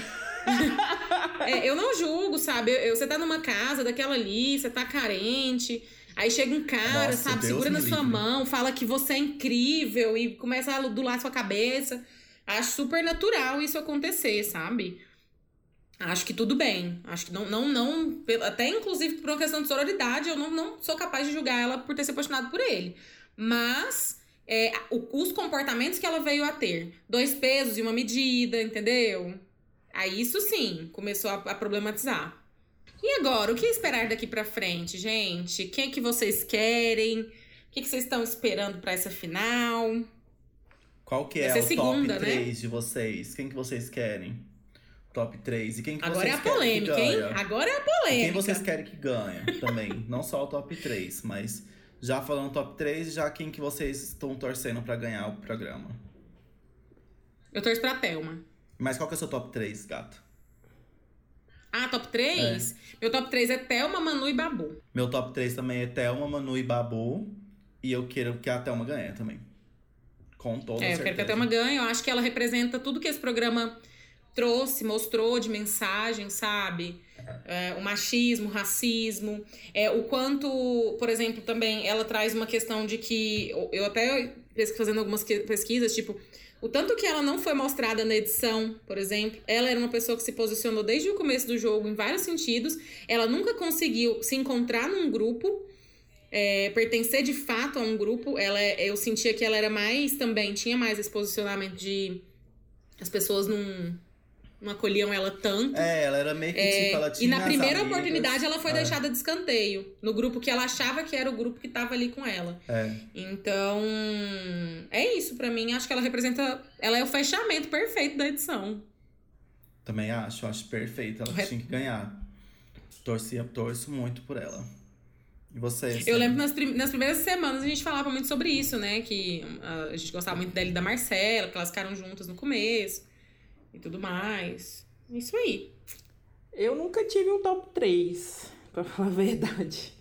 É, eu não julgo, sabe? Eu- eu- você tá numa casa daquela ali, você tá carente. Aí chega um cara, Nossa, sabe? Deus Segura me na sua livre. mão, fala que você é incrível e começa a adular sua cabeça. Acho super natural isso acontecer, sabe? Acho que tudo bem. Acho que não, não, não. pe- Até inclusive por uma questão de sororidade, eu não, não sou capaz de julgar ela por ter se apaixonado por ele. Mas é, o- os comportamentos que ela veio a ter. Dois pesos e uma medida, entendeu? Aí isso sim, começou a, a problematizar. E agora, o que esperar daqui pra frente, gente? Quem que vocês querem? O que, que vocês estão esperando pra essa final? Qual que Vai é ser o segunda, top né? três de vocês? Quem que vocês querem? Top três. E quem que Agora é vocês a querem polêmica, que hein? ganha? Agora é a E polêmica. quem vocês querem que ganhe também. Não só o top três, mas já falando top três, já quem que vocês estão torcendo pra ganhar o programa. Eu torço pra Thelma. Mas qual que é o seu top três, gato? Ah, top três? Meu top três é Thelma, Manu e Babu. Meu top três também é Thelma, Manu e Babu. E eu quero que a Thelma ganhe também. Com toda É, eu certeza. quero que a Thelma ganhe. Eu acho que ela representa tudo que esse programa trouxe, mostrou de mensagem, sabe? É, o machismo, o racismo. É, o quanto, por exemplo, também ela traz uma questão de que... Eu até pesqui- fazendo algumas que- pesquisas, tipo... O tanto que ela não foi mostrada na edição, por exemplo. Ela era uma pessoa que se posicionou desde o começo do jogo em vários sentidos. Ela nunca conseguiu se encontrar num grupo, é, pertencer de fato a um grupo. Ela, eu sentia que ela era mais também, tinha mais esse posicionamento de... As pessoas não, não acolhiam ela tanto. É, ela era meio que É, tipo, ela tinha e na as primeira amigas. oportunidade ela foi É, deixada de escanteio. No grupo que ela achava que era o grupo que tava ali com ela. É. Então, é isso pra mim. Acho que ela representa... Ela é o fechamento perfeito da edição. Também acho, acho perfeita. Ela Re- tinha que ganhar. Torcia, torço muito por ela. E você? Eu Sam? lembro nas, prim- nas primeiras semanas a gente falava muito sobre isso, né? Que ah, a gente gostava muito dela e da Marcela, que elas ficaram juntas no começo e tudo mais. Isso aí. Eu nunca tive um top três, pra falar a verdade.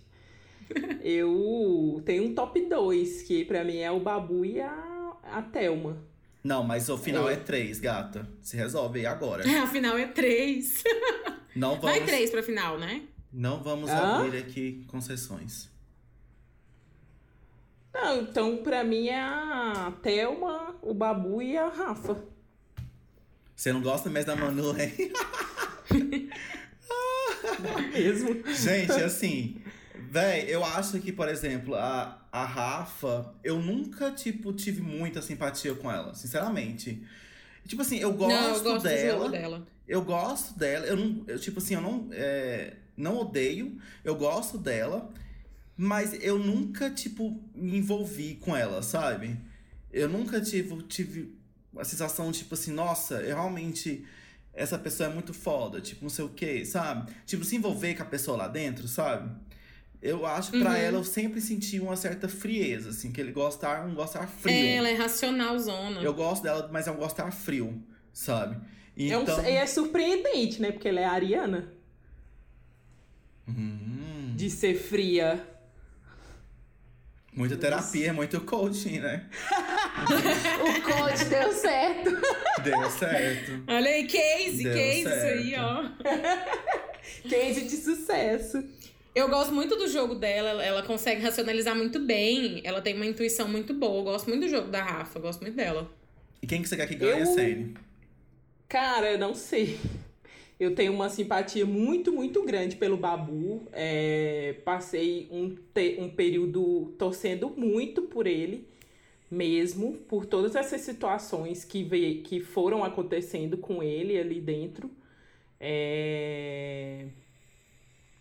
Eu tenho um top dois, que pra mim é o Babu e a, a Thelma. Não, mas o final é, É. três, gata. Se resolve aí agora. Afinal é três. Não vamos, Vai três pra final, né? não vamos Hã? abrir aqui concessões. Não, então pra mim é a Thelma, o Babu e a Rafa. Você não gosta mesmo da Manu, hein? Mesmo. Gente, assim, véi, eu acho que, por exemplo, a, a Rafa, eu nunca, tipo, tive muita simpatia com ela, sinceramente. Tipo assim, eu gosto, não, eu gosto do dela, jogo dela. eu gosto dela, eu não, eu, tipo assim, eu não, é, não odeio, eu gosto dela, mas eu nunca, tipo, me envolvi com ela, sabe? Eu nunca tive, tive a sensação, tipo assim, nossa, eu realmente... Essa pessoa é muito foda, tipo, não sei o que, sabe? Tipo, se envolver com a pessoa lá dentro, sabe? Eu acho que pra Uhum. ela eu sempre senti uma certa frieza, assim, que ele gostar, um gostar frio. É, ela é racionalzona. Eu gosto dela, mas é um gostar frio, sabe? É, um- Então. e é surpreendente, né? Porque ela é ariana. Hum, De ser fria. muita terapia, muito coaching, né? O coach deu certo. Deu certo. Olha aí, case, Deu case, certo. isso aí, ó. Case de sucesso. Eu gosto muito do jogo dela, ela- ela consegue racionalizar muito bem, ela tem uma intuição muito boa. Eu gosto muito do jogo da Rafa, eu gosto muito dela. E quem que você quer que ganhe, Eu- Sene? Cara, eu não sei. Eu tenho uma simpatia muito, muito grande pelo Babu. É, passei um, te- um período torcendo muito por ele, mesmo, por todas essas situações que, veio, que foram acontecendo com ele ali dentro. É,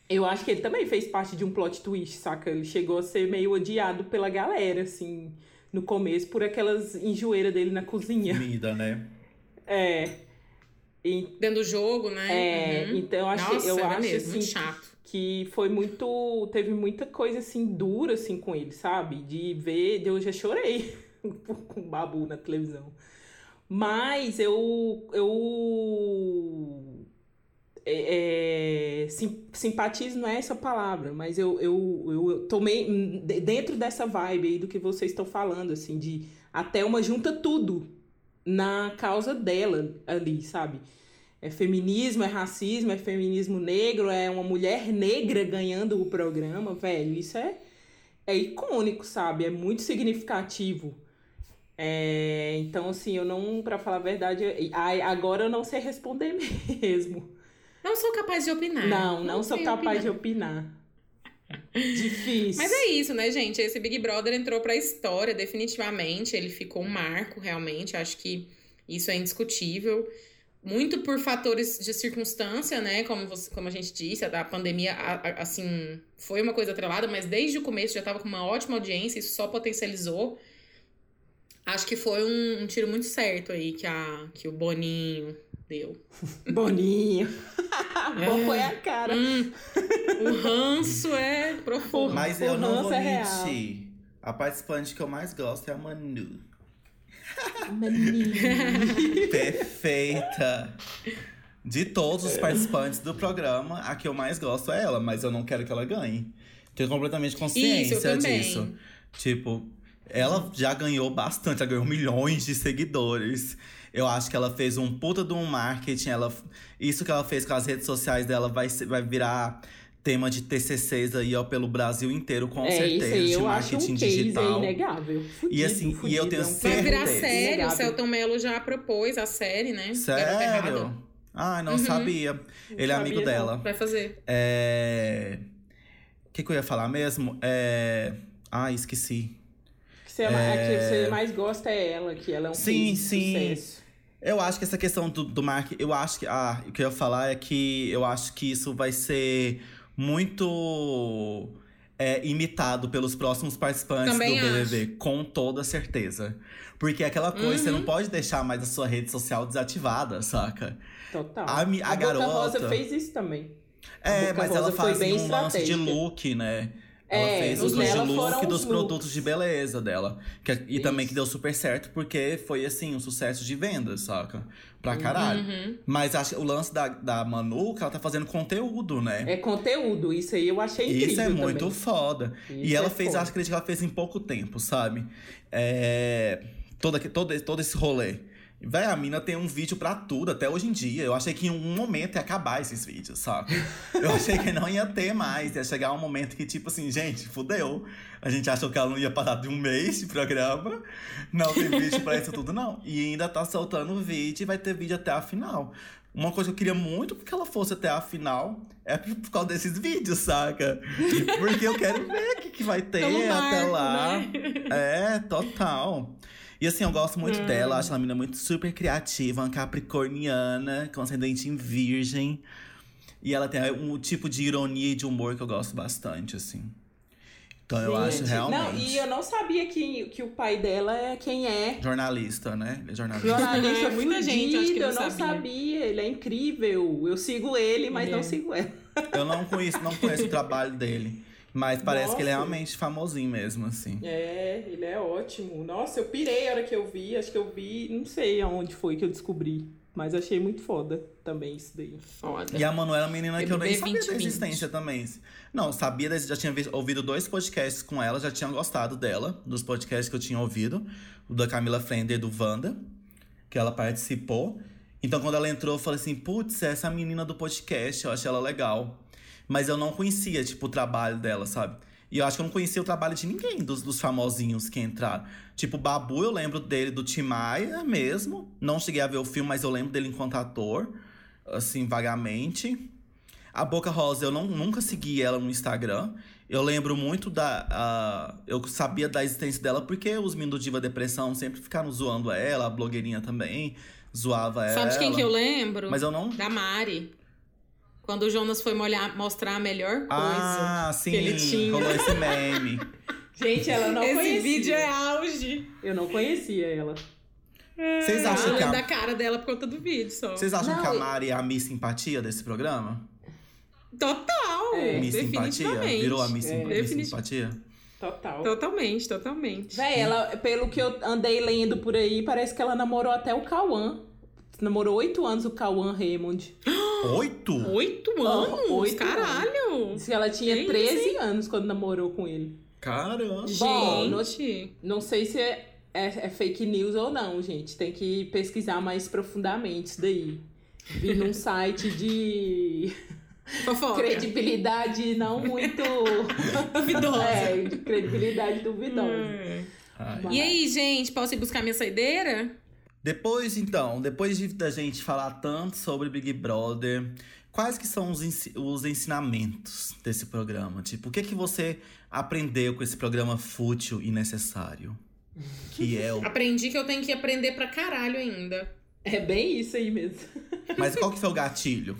Eu acho que ele também fez parte de um plot twist, saca? Ele chegou a ser meio odiado pela galera, assim, no começo, por aquelas enjoeiras dele na cozinha. Comida, né? É. E, Dentro do jogo, né? é, Uhum. então eu acho, Nossa, eu era acho mesmo, assim, muito chato. que foi muito. Teve muita coisa assim dura assim com ele, sabe? De ver. Eu já chorei com o Babu na televisão. Mas eu. Eu. É, é, sim, simpatizo não é essa palavra, mas eu, eu, eu tomei dentro dessa vibe aí do que vocês estão falando, assim, de a Thelma junta tudo na causa dela ali, sabe? É feminismo, é racismo, é feminismo negro, é uma mulher negra ganhando o programa, velho, isso é, é icônico, sabe? É muito significativo. É, então, assim, eu não, pra falar a verdade, agora eu não sei responder mesmo. Não sou capaz de opinar. Não, não, não sou capaz opinar. de opinar. Difícil. Mas é isso, né, gente? Esse Big Brother entrou pra história, definitivamente. Ele ficou um marco, realmente. Acho que isso é indiscutível. Muito por fatores de circunstância, né? Como, você, como a gente disse, a pandemia, assim, foi uma coisa atrelada, mas desde o começo já tava com uma ótima audiência, isso só potencializou. Acho que foi um, um tiro muito certo aí que, a, que o Boninho deu. Boninho. É. Bom foi a cara. Hum, o ranço é profundo. Mas eu O não vou ranço é mentir. A participante que eu mais gosto é a Manu. Manu. Perfeita. De todos os participantes do programa, a que eu mais gosto é ela, mas eu não quero que ela ganhe. Tenho completamente consciência Isso, eu também. disso. Tipo, ela já ganhou bastante, ela ganhou milhões de seguidores. Eu acho que ela fez um puta de um marketing. Ela, isso que ela fez com as redes sociais dela vai, ser, vai virar tema de T C Cs aí, ó, pelo Brasil inteiro, com é, certeza. Isso aí, de eu marketing acho um case digital. inegável. Fudido, E assim, fudido, e eu tenho é um certeza. Vai virar Certeza. série, o Inegável. Celton Mello já propôs a série, né? Garota Errada. Sério? Ai, não Uhum. sabia. Não Ele é amigo sabia, dela. Vai fazer. É. O que, que eu ia falar mesmo? É. Ai, esqueci. Que você, é... que você mais gosta é ela, que ela é um Sim, case de sim. sucesso. Eu acho que essa questão do, do marketing, eu acho que. Ah, o que eu ia falar é que eu acho que isso vai ser muito é, imitado pelos próximos participantes Também do B B B, acho. com toda certeza. Porque é aquela coisa, Uhum. você não pode deixar mais a sua rede social desativada, saca? Total. A, mi- a a garota. Boca Rosa fez isso também. A É, Boca mas Rosa ela foi faz bem um lance de estratégica. look, né? Ela É, fez os os looks de dela look foram dos os produtos looks. de beleza dela. Que, e também Isso. que deu super certo, porque foi, assim, um sucesso de vendas, saca? Pra caralho. Uhum. Mas acho, o lance da, da Manu, que ela tá fazendo conteúdo, né? É conteúdo, isso aí eu achei incrível Isso é muito também. foda. Isso e ela é fez, foda. acho que ela fez em pouco tempo, sabe? É, todo, todo, todo esse rolê. Véi, a mina tem um vídeo pra tudo, até hoje em dia. Eu achei que em um momento ia acabar esses vídeos, sabe? Eu achei que não ia ter mais. Ia chegar um momento que, tipo assim, gente, fudeu. A gente achou que ela não ia parar de um mês de programa. Não tem vídeo pra isso tudo, não. E ainda tá soltando vídeo e vai ter vídeo até a final. Uma coisa que eu queria muito que ela fosse até a final é por causa desses vídeos, saca? Porque eu quero ver o que, que vai ter Pelo até marco, lá. né? É, total. E assim, eu gosto muito Hum. dela, acho ela uma menina muito super criativa, uma capricorniana, com ascendente em virgem. E ela tem um tipo de ironia e de humor que eu gosto bastante, assim. Então eu acho Gente, realmente. Não, e eu não sabia que, que o pai dela é quem é. Jornalista, né? Ele é jornalista. Jornalista É, muita gente acha que fudido, não eu não sabia. sabia. Ele é incrível. Eu sigo ele, mas Ele não é. sigo ela. Eu não conheço, não conheço o trabalho dele. Mas parece Nossa. que ele é realmente famosinho mesmo, assim. É, ele é ótimo. Nossa, eu pirei a hora que eu vi. Acho que eu vi, não sei aonde foi que eu descobri. Mas achei muito foda também isso daí. Foda. E a Manuela é uma menina que eu nem B B sabia da vinte vinte. existência também. Não, sabia, da- já tinha vi- ouvido dois podcasts com ela, já tinha gostado dela, dos podcasts que eu tinha ouvido. O da Camila Frender, do Wanda, que ela participou. Então, quando ela entrou, eu falei assim, putz, essa menina do podcast, eu achei ela legal. Mas eu não conhecia, tipo, o trabalho dela, sabe? E eu acho que eu não conhecia o trabalho de ninguém dos, dos famosinhos que entraram. Tipo, o Babu, eu lembro dele do Tim Maia mesmo. Não cheguei a ver o filme, mas eu lembro dele enquanto ator. Assim, vagamente. A Boca Rosa, eu não, nunca segui ela no Instagram. Eu lembro muito da... a- eu sabia da existência dela porque os meninos do Diva Depressão sempre ficaram zoando ela. A blogueirinha também zoava ela. Sabe de quem que eu lembro? Mas eu não... Da Mari. Quando o Jonas foi molhar, mostrar a melhor coisa Ah, sim, que ele tinha. rolou esse meme. Gente, ela não Esse conhecia. vídeo é auge. Eu não conhecia ela. Vocês Eu acham que lembro a... da cara dela por conta do vídeo só. Vocês acham Não, que a e- Mari é a Miss Simpatia desse programa? Total! É. Miss Simpatia? Definitivamente. Virou a Miss, É. Sim- Miss Definitivamente. Simpatia? Total. Totalmente, totalmente. Véi, ela, pelo que eu andei lendo por aí, parece que ela namorou até o Cauã. Namorou oito anos o Cauã Raymond. Oito? Oito anos? oito Caralho! Diz que ela tinha Que treze anos quando namorou com ele. Caramba! Bom, não- Gente! Não sei se é, é- é fake news ou não, gente. Tem que pesquisar mais profundamente isso daí. Vi num site de Fofoca. credibilidade não muito... Duvidosa. É, de credibilidade duvidosa. Hum. Ai. Mas- E aí, gente, posso ir buscar minha saideira? Depois, então, depois de, da gente falar tanto sobre Big Brother, quais que são os, ensi- os ensinamentos desse programa? Tipo, o que que você aprendeu com esse programa fútil e necessário? Que é o... Aprendi que eu tenho que aprender pra caralho ainda. É bem isso aí mesmo. Mas qual que foi o gatilho?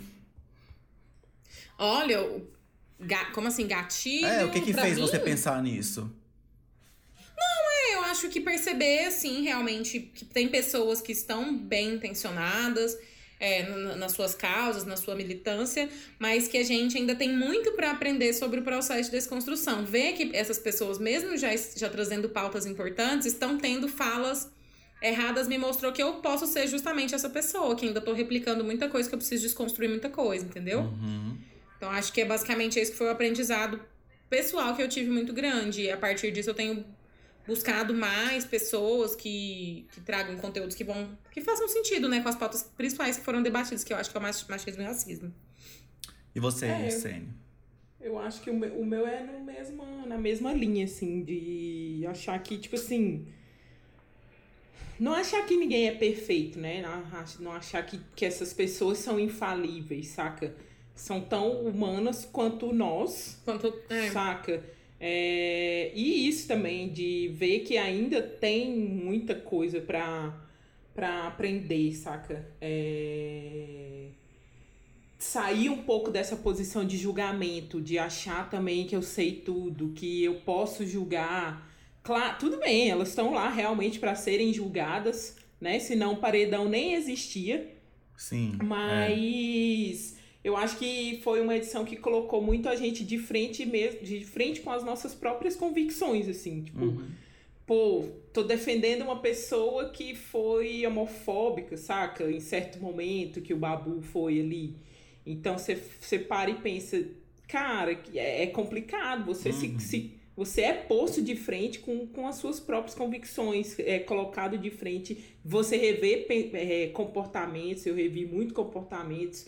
Olha, o ga- como assim, gatilho? É, o que que pra fez mim? você pensar nisso? Eu acho que perceber, assim, realmente, que tem pessoas que estão bem intencionadas é, n- nas suas causas, na sua militância, mas que a gente ainda tem muito para aprender sobre o processo de desconstrução. Ver que essas pessoas, mesmo já, es- já trazendo pautas importantes, estão tendo falas erradas, me mostrou que eu posso ser justamente essa pessoa, que ainda tô replicando muita coisa, que eu preciso desconstruir muita coisa, entendeu? Uhum. Então, acho que é basicamente esse que foi o aprendizado pessoal que eu tive muito grande. E a partir disso, eu tenho buscado mais pessoas que, que tragam conteúdos que vão... que façam sentido, né? Com as pautas principais que foram debatidas, que eu acho que é o mach- machismo e racismo. E você, É, eu- Sene? Eu acho que o meu, o meu é no mesmo, na mesma linha, assim, de achar que, tipo assim... Não achar que ninguém é perfeito, né? Não ach- Não achar que, que essas pessoas são infalíveis, saca? São tão humanas quanto nós, Quanto... É. saca? É, e isso também, de ver que ainda tem muita coisa pra, pra aprender, saca? É, sair um pouco dessa posição de julgamento, de achar também que eu sei tudo, que eu posso julgar. Claro, tudo bem, elas estão lá realmente para serem julgadas, né? Senão o paredão nem existia. Sim. é. Mas eu acho que foi uma edição que colocou muito a gente de frente mesmo, de frente com as nossas próprias convicções, assim, tipo, Uhum. pô, tô defendendo uma pessoa que foi homofóbica, saca? Em certo momento que o Babu foi ali. Então você você para e pensa, cara, que é é complicado, você Uhum. se, se você é posto de frente com, com as suas próprias convicções, é colocado de frente, você revê pe- é, comportamentos, eu revi muito comportamentos,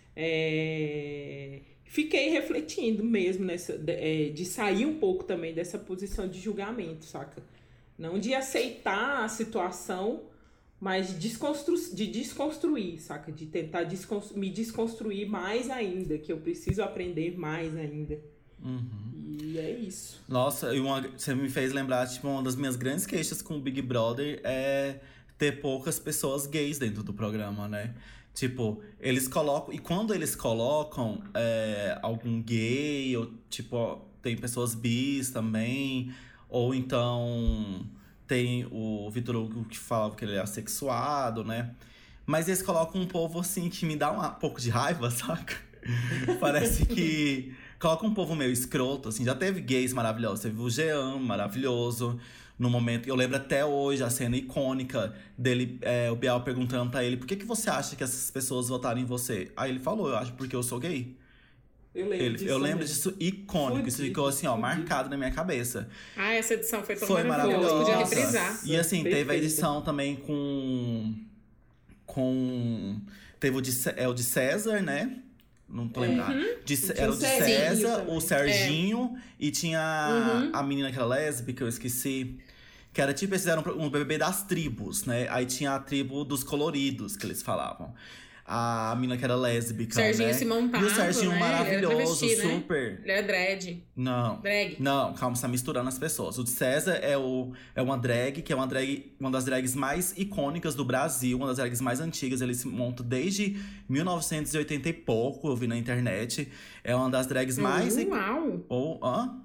é, fiquei refletindo mesmo nessa, de, é, de sair um pouco também dessa posição de julgamento, saca? Não de aceitar a situação, mas de, desconstru de desconstruir, saca? De tentar desconstru me desconstruir mais ainda, que eu preciso aprender mais ainda. Uhum. E é isso. Nossa, e uma, você me fez lembrar, tipo, uma das minhas grandes queixas com o Big Brother é ter poucas pessoas gays dentro do programa, né? Tipo, eles colocam... E quando eles colocam é, algum gay, ou tipo, ó, tem pessoas bis também, ou então tem o Vitor Hugo que fala que ele é assexuado, né? Mas eles colocam um povo, assim, que me dá um pouco de raiva, saca? Parece que... Coloca um povo meio escroto, assim. Já teve gays maravilhosos. Teve o Jean, maravilhoso. No momento... Eu lembro até hoje a cena icônica dele... É, o Bial perguntando pra ele... Por que, que você acha que essas pessoas votaram em você? Aí ele falou... Eu acho porque eu sou gay. Eu lembro Ele, disso. eu lembro também. disso icônico. Isso Fudido, ficou assim, ó... fudido. Marcado na minha cabeça. Ah, essa edição foi tão Foi maravilhosa. maravilhosa. Podia reprisar. E assim, teve a Perfeito. edição também com... Com... Teve o de, Cé- é, o de César, né? Não tô lembrado. De, Tinha era o o de Serginho César, também. o Serginho e tinha Uhum. a menina que era lésbica, eu esqueci. Que era tipo, eles fizeram um bebê das tribos, né? Aí tinha a tribo dos coloridos, que eles falavam. a mina que era lésbica, Serginho né? se montava, E o Serginho né? maravilhoso, Ele era travesti, super. Né? Ele era drag. Não. Drag. Não, calma, você tá misturando as pessoas. O de César é, o, é uma drag, que é uma drag, uma das drags mais icônicas do Brasil, uma das drags mais antigas. Ele se monta desde mil novecentos e oitenta e pouco, eu vi na internet. É uma das drags mais. Uau! Ou, hã?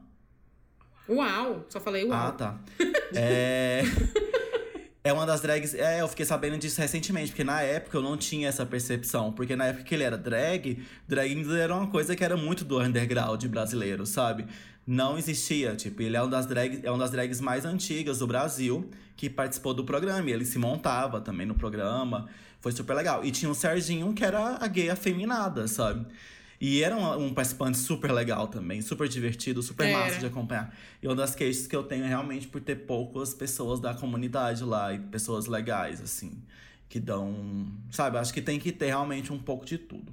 Uau! Só falei uau. Ah, tá. É. É uma das drags. É, eu fiquei sabendo disso recentemente, porque na época eu não tinha essa percepção. Porque na época que ele era drag, drag ainda era uma coisa que era muito do underground brasileiro, sabe? Não existia. Tipo, ele é uma das drags, é uma das drags mais antigas do Brasil que participou do programa. E ele se montava também no programa. Foi super legal. E tinha o Serginho, que era a gay afeminada, sabe? E era um, um participante super legal também, super divertido, super Era. massa de acompanhar. E uma das queixas que eu tenho é realmente por ter poucas pessoas da comunidade lá e pessoas legais, assim, que dão. Sabe, acho que tem que ter realmente um pouco de tudo.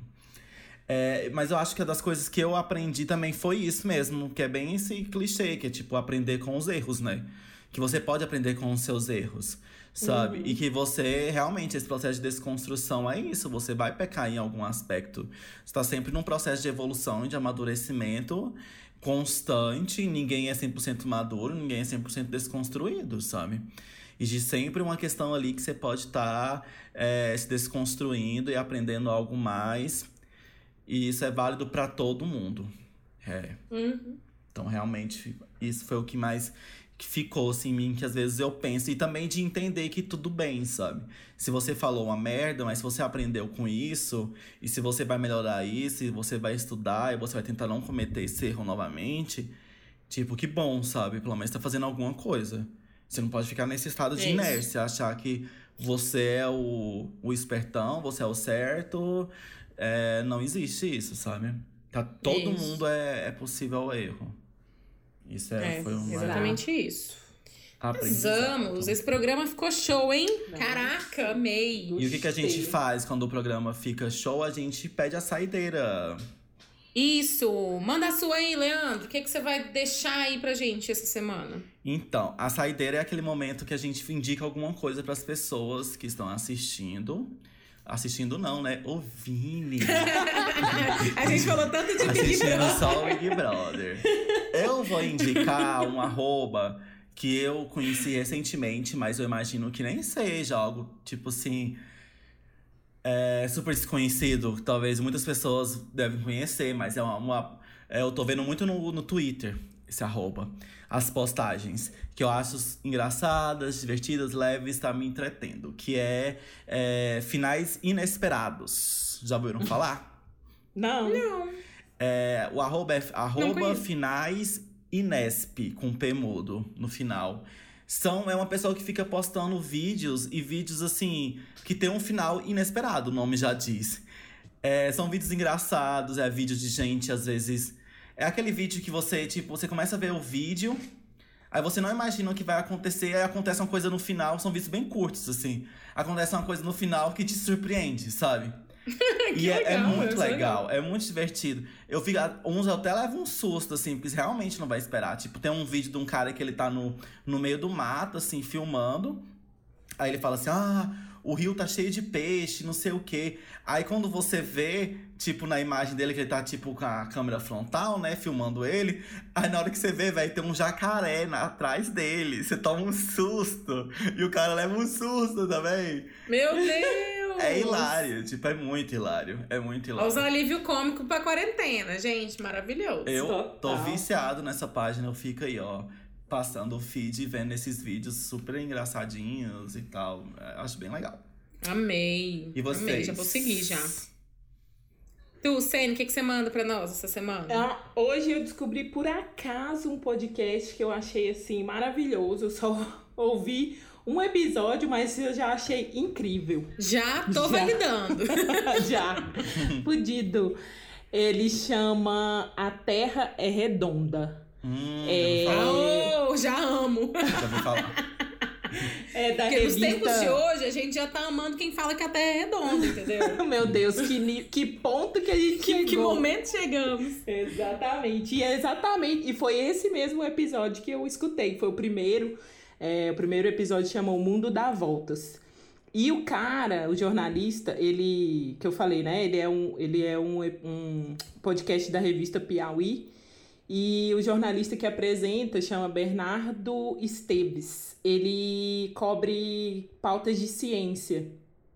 É, mas eu acho que uma das coisas que eu aprendi também foi isso mesmo, que é bem esse clichê, que é tipo aprender com os erros, né? Que você pode aprender com os seus erros, sabe? Uhum. E que você, realmente, esse processo de desconstrução é isso. Você vai pecar em algum aspecto. Você tá sempre num processo de evolução e de amadurecimento constante. Ninguém é cem por cento maduro, ninguém é cem por cento desconstruído, sabe? E de sempre uma questão ali que você pode estar tá, é, se desconstruindo e aprendendo algo mais. E isso é válido para todo mundo. É. Uhum. Então, realmente, isso foi o que mais... que ficou assim em mim, que às vezes eu penso. E também de entender que tudo bem, sabe? Se você falou uma merda, mas se você aprendeu com isso, e se você vai melhorar isso, e você vai estudar, e você vai tentar não cometer esse erro novamente, tipo, que bom, sabe? Pelo menos tá fazendo alguma coisa. Você não pode ficar nesse estado de É inércia, achar que você é o, o espertão, você é o certo. É, não existe isso, sabe? Tá, todo Isso. mundo é, é possível erro. Isso é, É, foi uma... exatamente isso. aprendizado. Vamos, esse programa ficou show, hein? Caraca, amei. E o que, que a gente faz quando o programa fica show? A gente pede a saideira. Isso, manda a sua aí, Leandro. O que, que você vai deixar aí pra gente essa semana? Então, a saideira é aquele momento que a gente indica alguma coisa pras pessoas que estão assistindo. Assistindo não, né? Ouvindo. A gente falou tanto de Big Assistindo Brother. só o Big Brother. Eu vou indicar um arroba que eu conheci recentemente, mas eu imagino que nem seja algo, tipo assim, é, super desconhecido. Talvez muitas pessoas devem conhecer, mas é uma... uma é, eu tô vendo muito no, no Twitter, esse arroba. As postagens, que eu acho engraçadas, divertidas, leves, tá me entretendo. Que é, é finais inesperados. Já ouviram falar? Não. Não. É, o arroba é arroba conheço. finais Inesp, com P mudo no final. São, é uma pessoa que fica postando vídeos, e vídeos assim, que tem um final inesperado, o nome já diz. É, são vídeos engraçados, é vídeo de gente, às vezes... É aquele vídeo que você, tipo, você começa a ver o vídeo, aí você não imagina o que vai acontecer, aí acontece uma coisa no final, são vídeos bem curtos, assim. Acontece uma coisa no final que te surpreende, sabe? E é, é legal, muito isso é legal, é muito divertido. Eu fico, uns eu até levo um susto, assim, porque você realmente não vai esperar. Tipo, tem um vídeo de um cara que ele tá no, no meio do mato, assim, filmando. Aí ele fala assim, ah, o rio tá cheio de peixe, não sei o quê. Aí quando você vê, tipo, na imagem dele, que ele tá, tipo, com a câmera frontal, né, filmando ele. Aí na hora que você vê, velho, tem um jacaré na, atrás dele. Você toma um susto. E o cara leva um susto também. Meu Deus! É hilário, tipo, é muito hilário. É muito hilário. Os alívio cômico pra quarentena, gente. Maravilhoso. Eu Total. tô viciado nessa página, eu fico aí, ó, passando o feed e vendo esses vídeos super engraçadinhos e tal. Eu acho bem legal. Amei. E vocês? Amei, já vou seguir já. Tu, Sene, o que, que você manda pra nós essa semana? Ah, hoje eu descobri por acaso um podcast que eu achei assim maravilhoso. Eu só ouvi um episódio, mas eu já achei incrível. Já tô Já. validando. Já. Fudido. Ele chama A Terra é Redonda. Hum, É. já ouvi falar. Oh, já amo. Já ouvi falar. É da Porque nos revista... tempos de hoje, a gente já tá amando quem fala que a Terra é redonda, entendeu? Meu Deus, que, ni- que ponto que a gente que, chegou. que momento chegamos. Exatamente. E é exatamente. E foi esse mesmo episódio que eu escutei. Foi o primeiro. É, o primeiro episódio chama O Mundo Dá Voltas. E o cara, o jornalista, ele, que eu falei, né? Ele é um, ele é um, um podcast da revista Piauí. E o jornalista que apresenta chama Bernardo Esteves. Ele cobre pautas de ciência.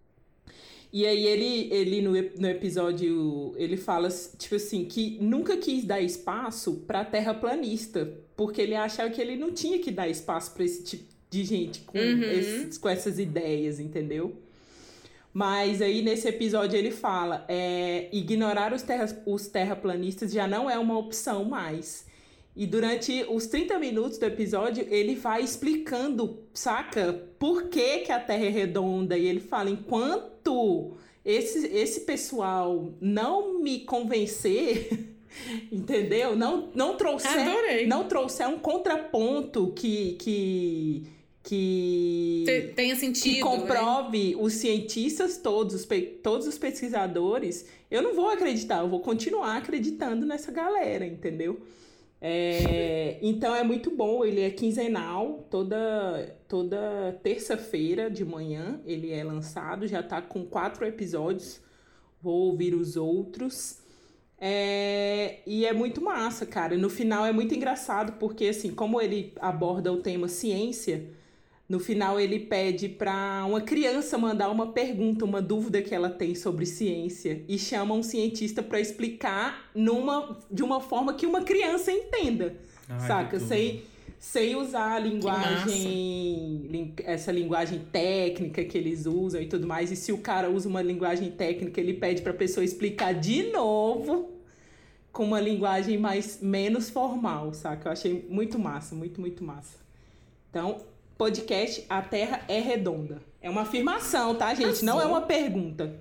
E aí ele, ele no, no episódio, ele fala, tipo assim, que nunca quis dar espaço pra terraplanista, porque ele achava que ele não tinha que dar espaço pra esse tipo de gente com, Uhum. esses, com essas ideias, entendeu? Mas aí nesse episódio ele fala, é, ignorar os, terra, os terraplanistas já não é uma opção mais. E durante os trinta minutos do episódio, ele vai explicando, saca? Por que que a Terra é redonda. E ele fala, enquanto esse, esse pessoal não me convencer, entendeu? Não, não, trouxer, Adorei. não trouxer um contraponto que... que que Te- tenha sentido, que comprove, né? Os cientistas todos, os pe- todos os pesquisadores, eu não vou acreditar, eu vou continuar acreditando nessa galera, entendeu? É, então é muito bom, ele é quinzenal, toda, toda terça-feira de manhã ele é lançado, já tá com quatro episódios, vou ouvir os outros. É, e é muito massa, cara. No final é muito engraçado, porque assim, como ele aborda o tema ciência, no final ele pede para uma criança mandar uma pergunta, uma dúvida que ela tem sobre ciência, e chama um cientista para explicar numa, de uma forma que uma criança entenda. Ai, saca? Sem, sem usar a linguagem, ling, essa linguagem técnica que eles usam e tudo mais. E se o cara usa uma linguagem técnica, ele pede para a pessoa explicar de novo com uma linguagem mais, menos formal, saca? Eu achei muito massa, muito, muito massa. Então, podcast A Terra é Redonda. É uma afirmação, tá, gente? Passou. Não é uma pergunta.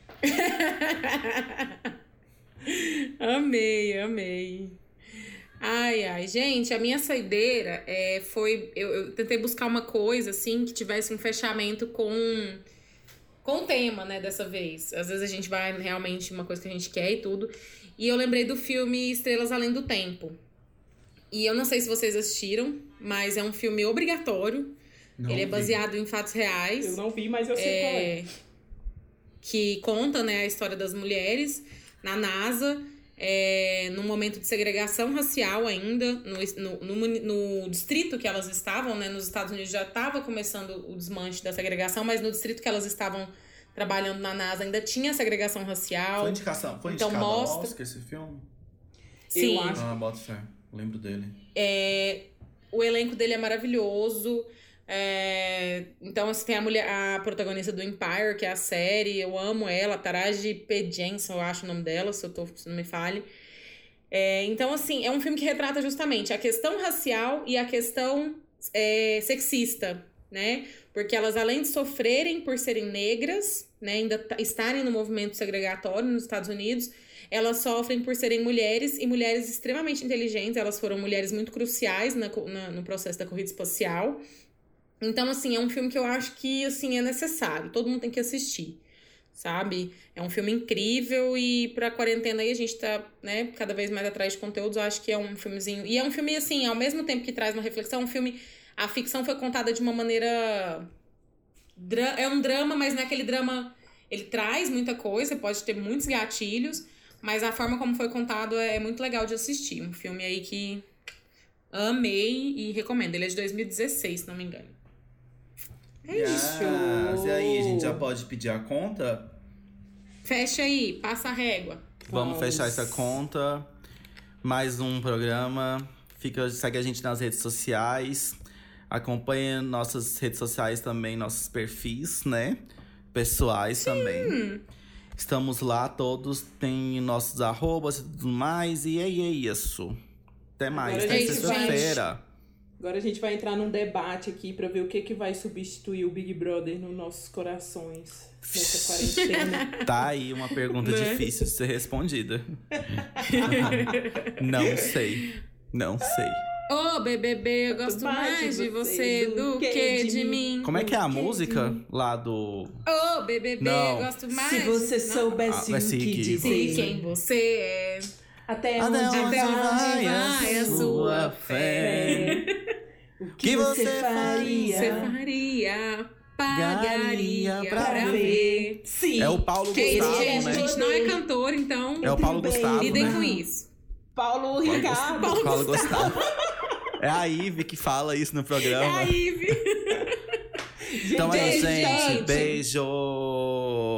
Amei, amei. Ai, ai. Gente, a minha saideira é, foi... Eu, eu tentei buscar uma coisa, assim, que tivesse um fechamento com... Com o tema, né, dessa vez. Às vezes a gente vai realmente uma coisa que a gente quer e tudo. E eu lembrei do filme Estrelas Além do Tempo. E eu não sei se vocês assistiram, mas é um filme obrigatório. Não Ele vi. É baseado em fatos reais. Eu não vi, mas eu sei é, qual é. Que conta, né, a história das mulheres na NASA, é, num momento de segregação racial ainda, no, no, no, no distrito que elas estavam, né, nos Estados Unidos já estava começando o desmanche da segregação, mas no distrito que elas estavam trabalhando na NASA ainda tinha segregação racial. Foi indicação, foi então, indicado mostra... ao Oscar esse filme? Sim. Eu acho. Ah, bota fé. Lembro dele. É, o elenco dele é maravilhoso. É, então, assim, tem a mulher, a protagonista do Empire, que é a série. Eu amo ela, Taraji P. Jensen, eu acho o nome dela, se, eu tô, se não me falhe. É, então, assim, é um filme que retrata justamente a questão racial e a questão é, sexista, né? Porque elas, além de sofrerem por serem negras, né, ainda t- estarem no movimento segregatório nos Estados Unidos, elas sofrem por serem mulheres, e mulheres extremamente inteligentes. Elas foram mulheres muito cruciais na, na, no processo da corrida espacial. Então, assim, é um filme que eu acho que, assim, é necessário. Todo mundo tem que assistir, sabe? É um filme incrível, e pra quarentena aí a gente tá, né, cada vez mais atrás de conteúdos. Eu acho que é um filmezinho... E é um filme, assim, ao mesmo tempo que traz uma reflexão, um filme... A ficção foi contada de uma maneira... Dra... É um drama, mas não é aquele drama... Ele traz muita coisa, pode ter muitos gatilhos, mas a forma como foi contado é muito legal de assistir. Um filme aí que amei e recomendo. Ele é de dois mil e dezesseis, se não me engano. É isso. Yes. E aí, a gente já pode pedir a conta? Fecha aí, passa a régua. Vamos Nossa. fechar essa conta. Mais um programa. Fica, segue a gente nas redes sociais. Acompanha nossas redes sociais também, nossos perfis, né? Pessoais. Sim. Também. Estamos lá todos, tem nossos arrobas e tudo mais. E é isso. Até mais, até sexta-feira. Agora a gente vai entrar num debate aqui pra ver o que, que vai substituir o Big Brother nos nossos corações nessa quarentena. Tá aí uma pergunta né? difícil de ser respondida. Não sei. Não sei. Ô, oh, B B B, eu gosto mais, mais de você do, do que, que de, de mim. Como é que é a música lá do... Ô, oh, B B B, não. Eu gosto mais... Se você soubesse ah, o que, que dizer. Quem você é. Até, Até onde, onde vai, vai a sua fé. O que, que você faria? Você faria. pagaria pra pra ver. ver. Sim. É o Paulo Que isso, Gustavo, gente, né? a gente não é cantor, então É o Paulo Também. Gustavo, lidem né? com isso. Paulo Ricardo. Paulo Paulo Gustavo. É a Ivy que fala isso no É programa. a Ivy. Então é isso, Beijo, gente. gente. Beijo!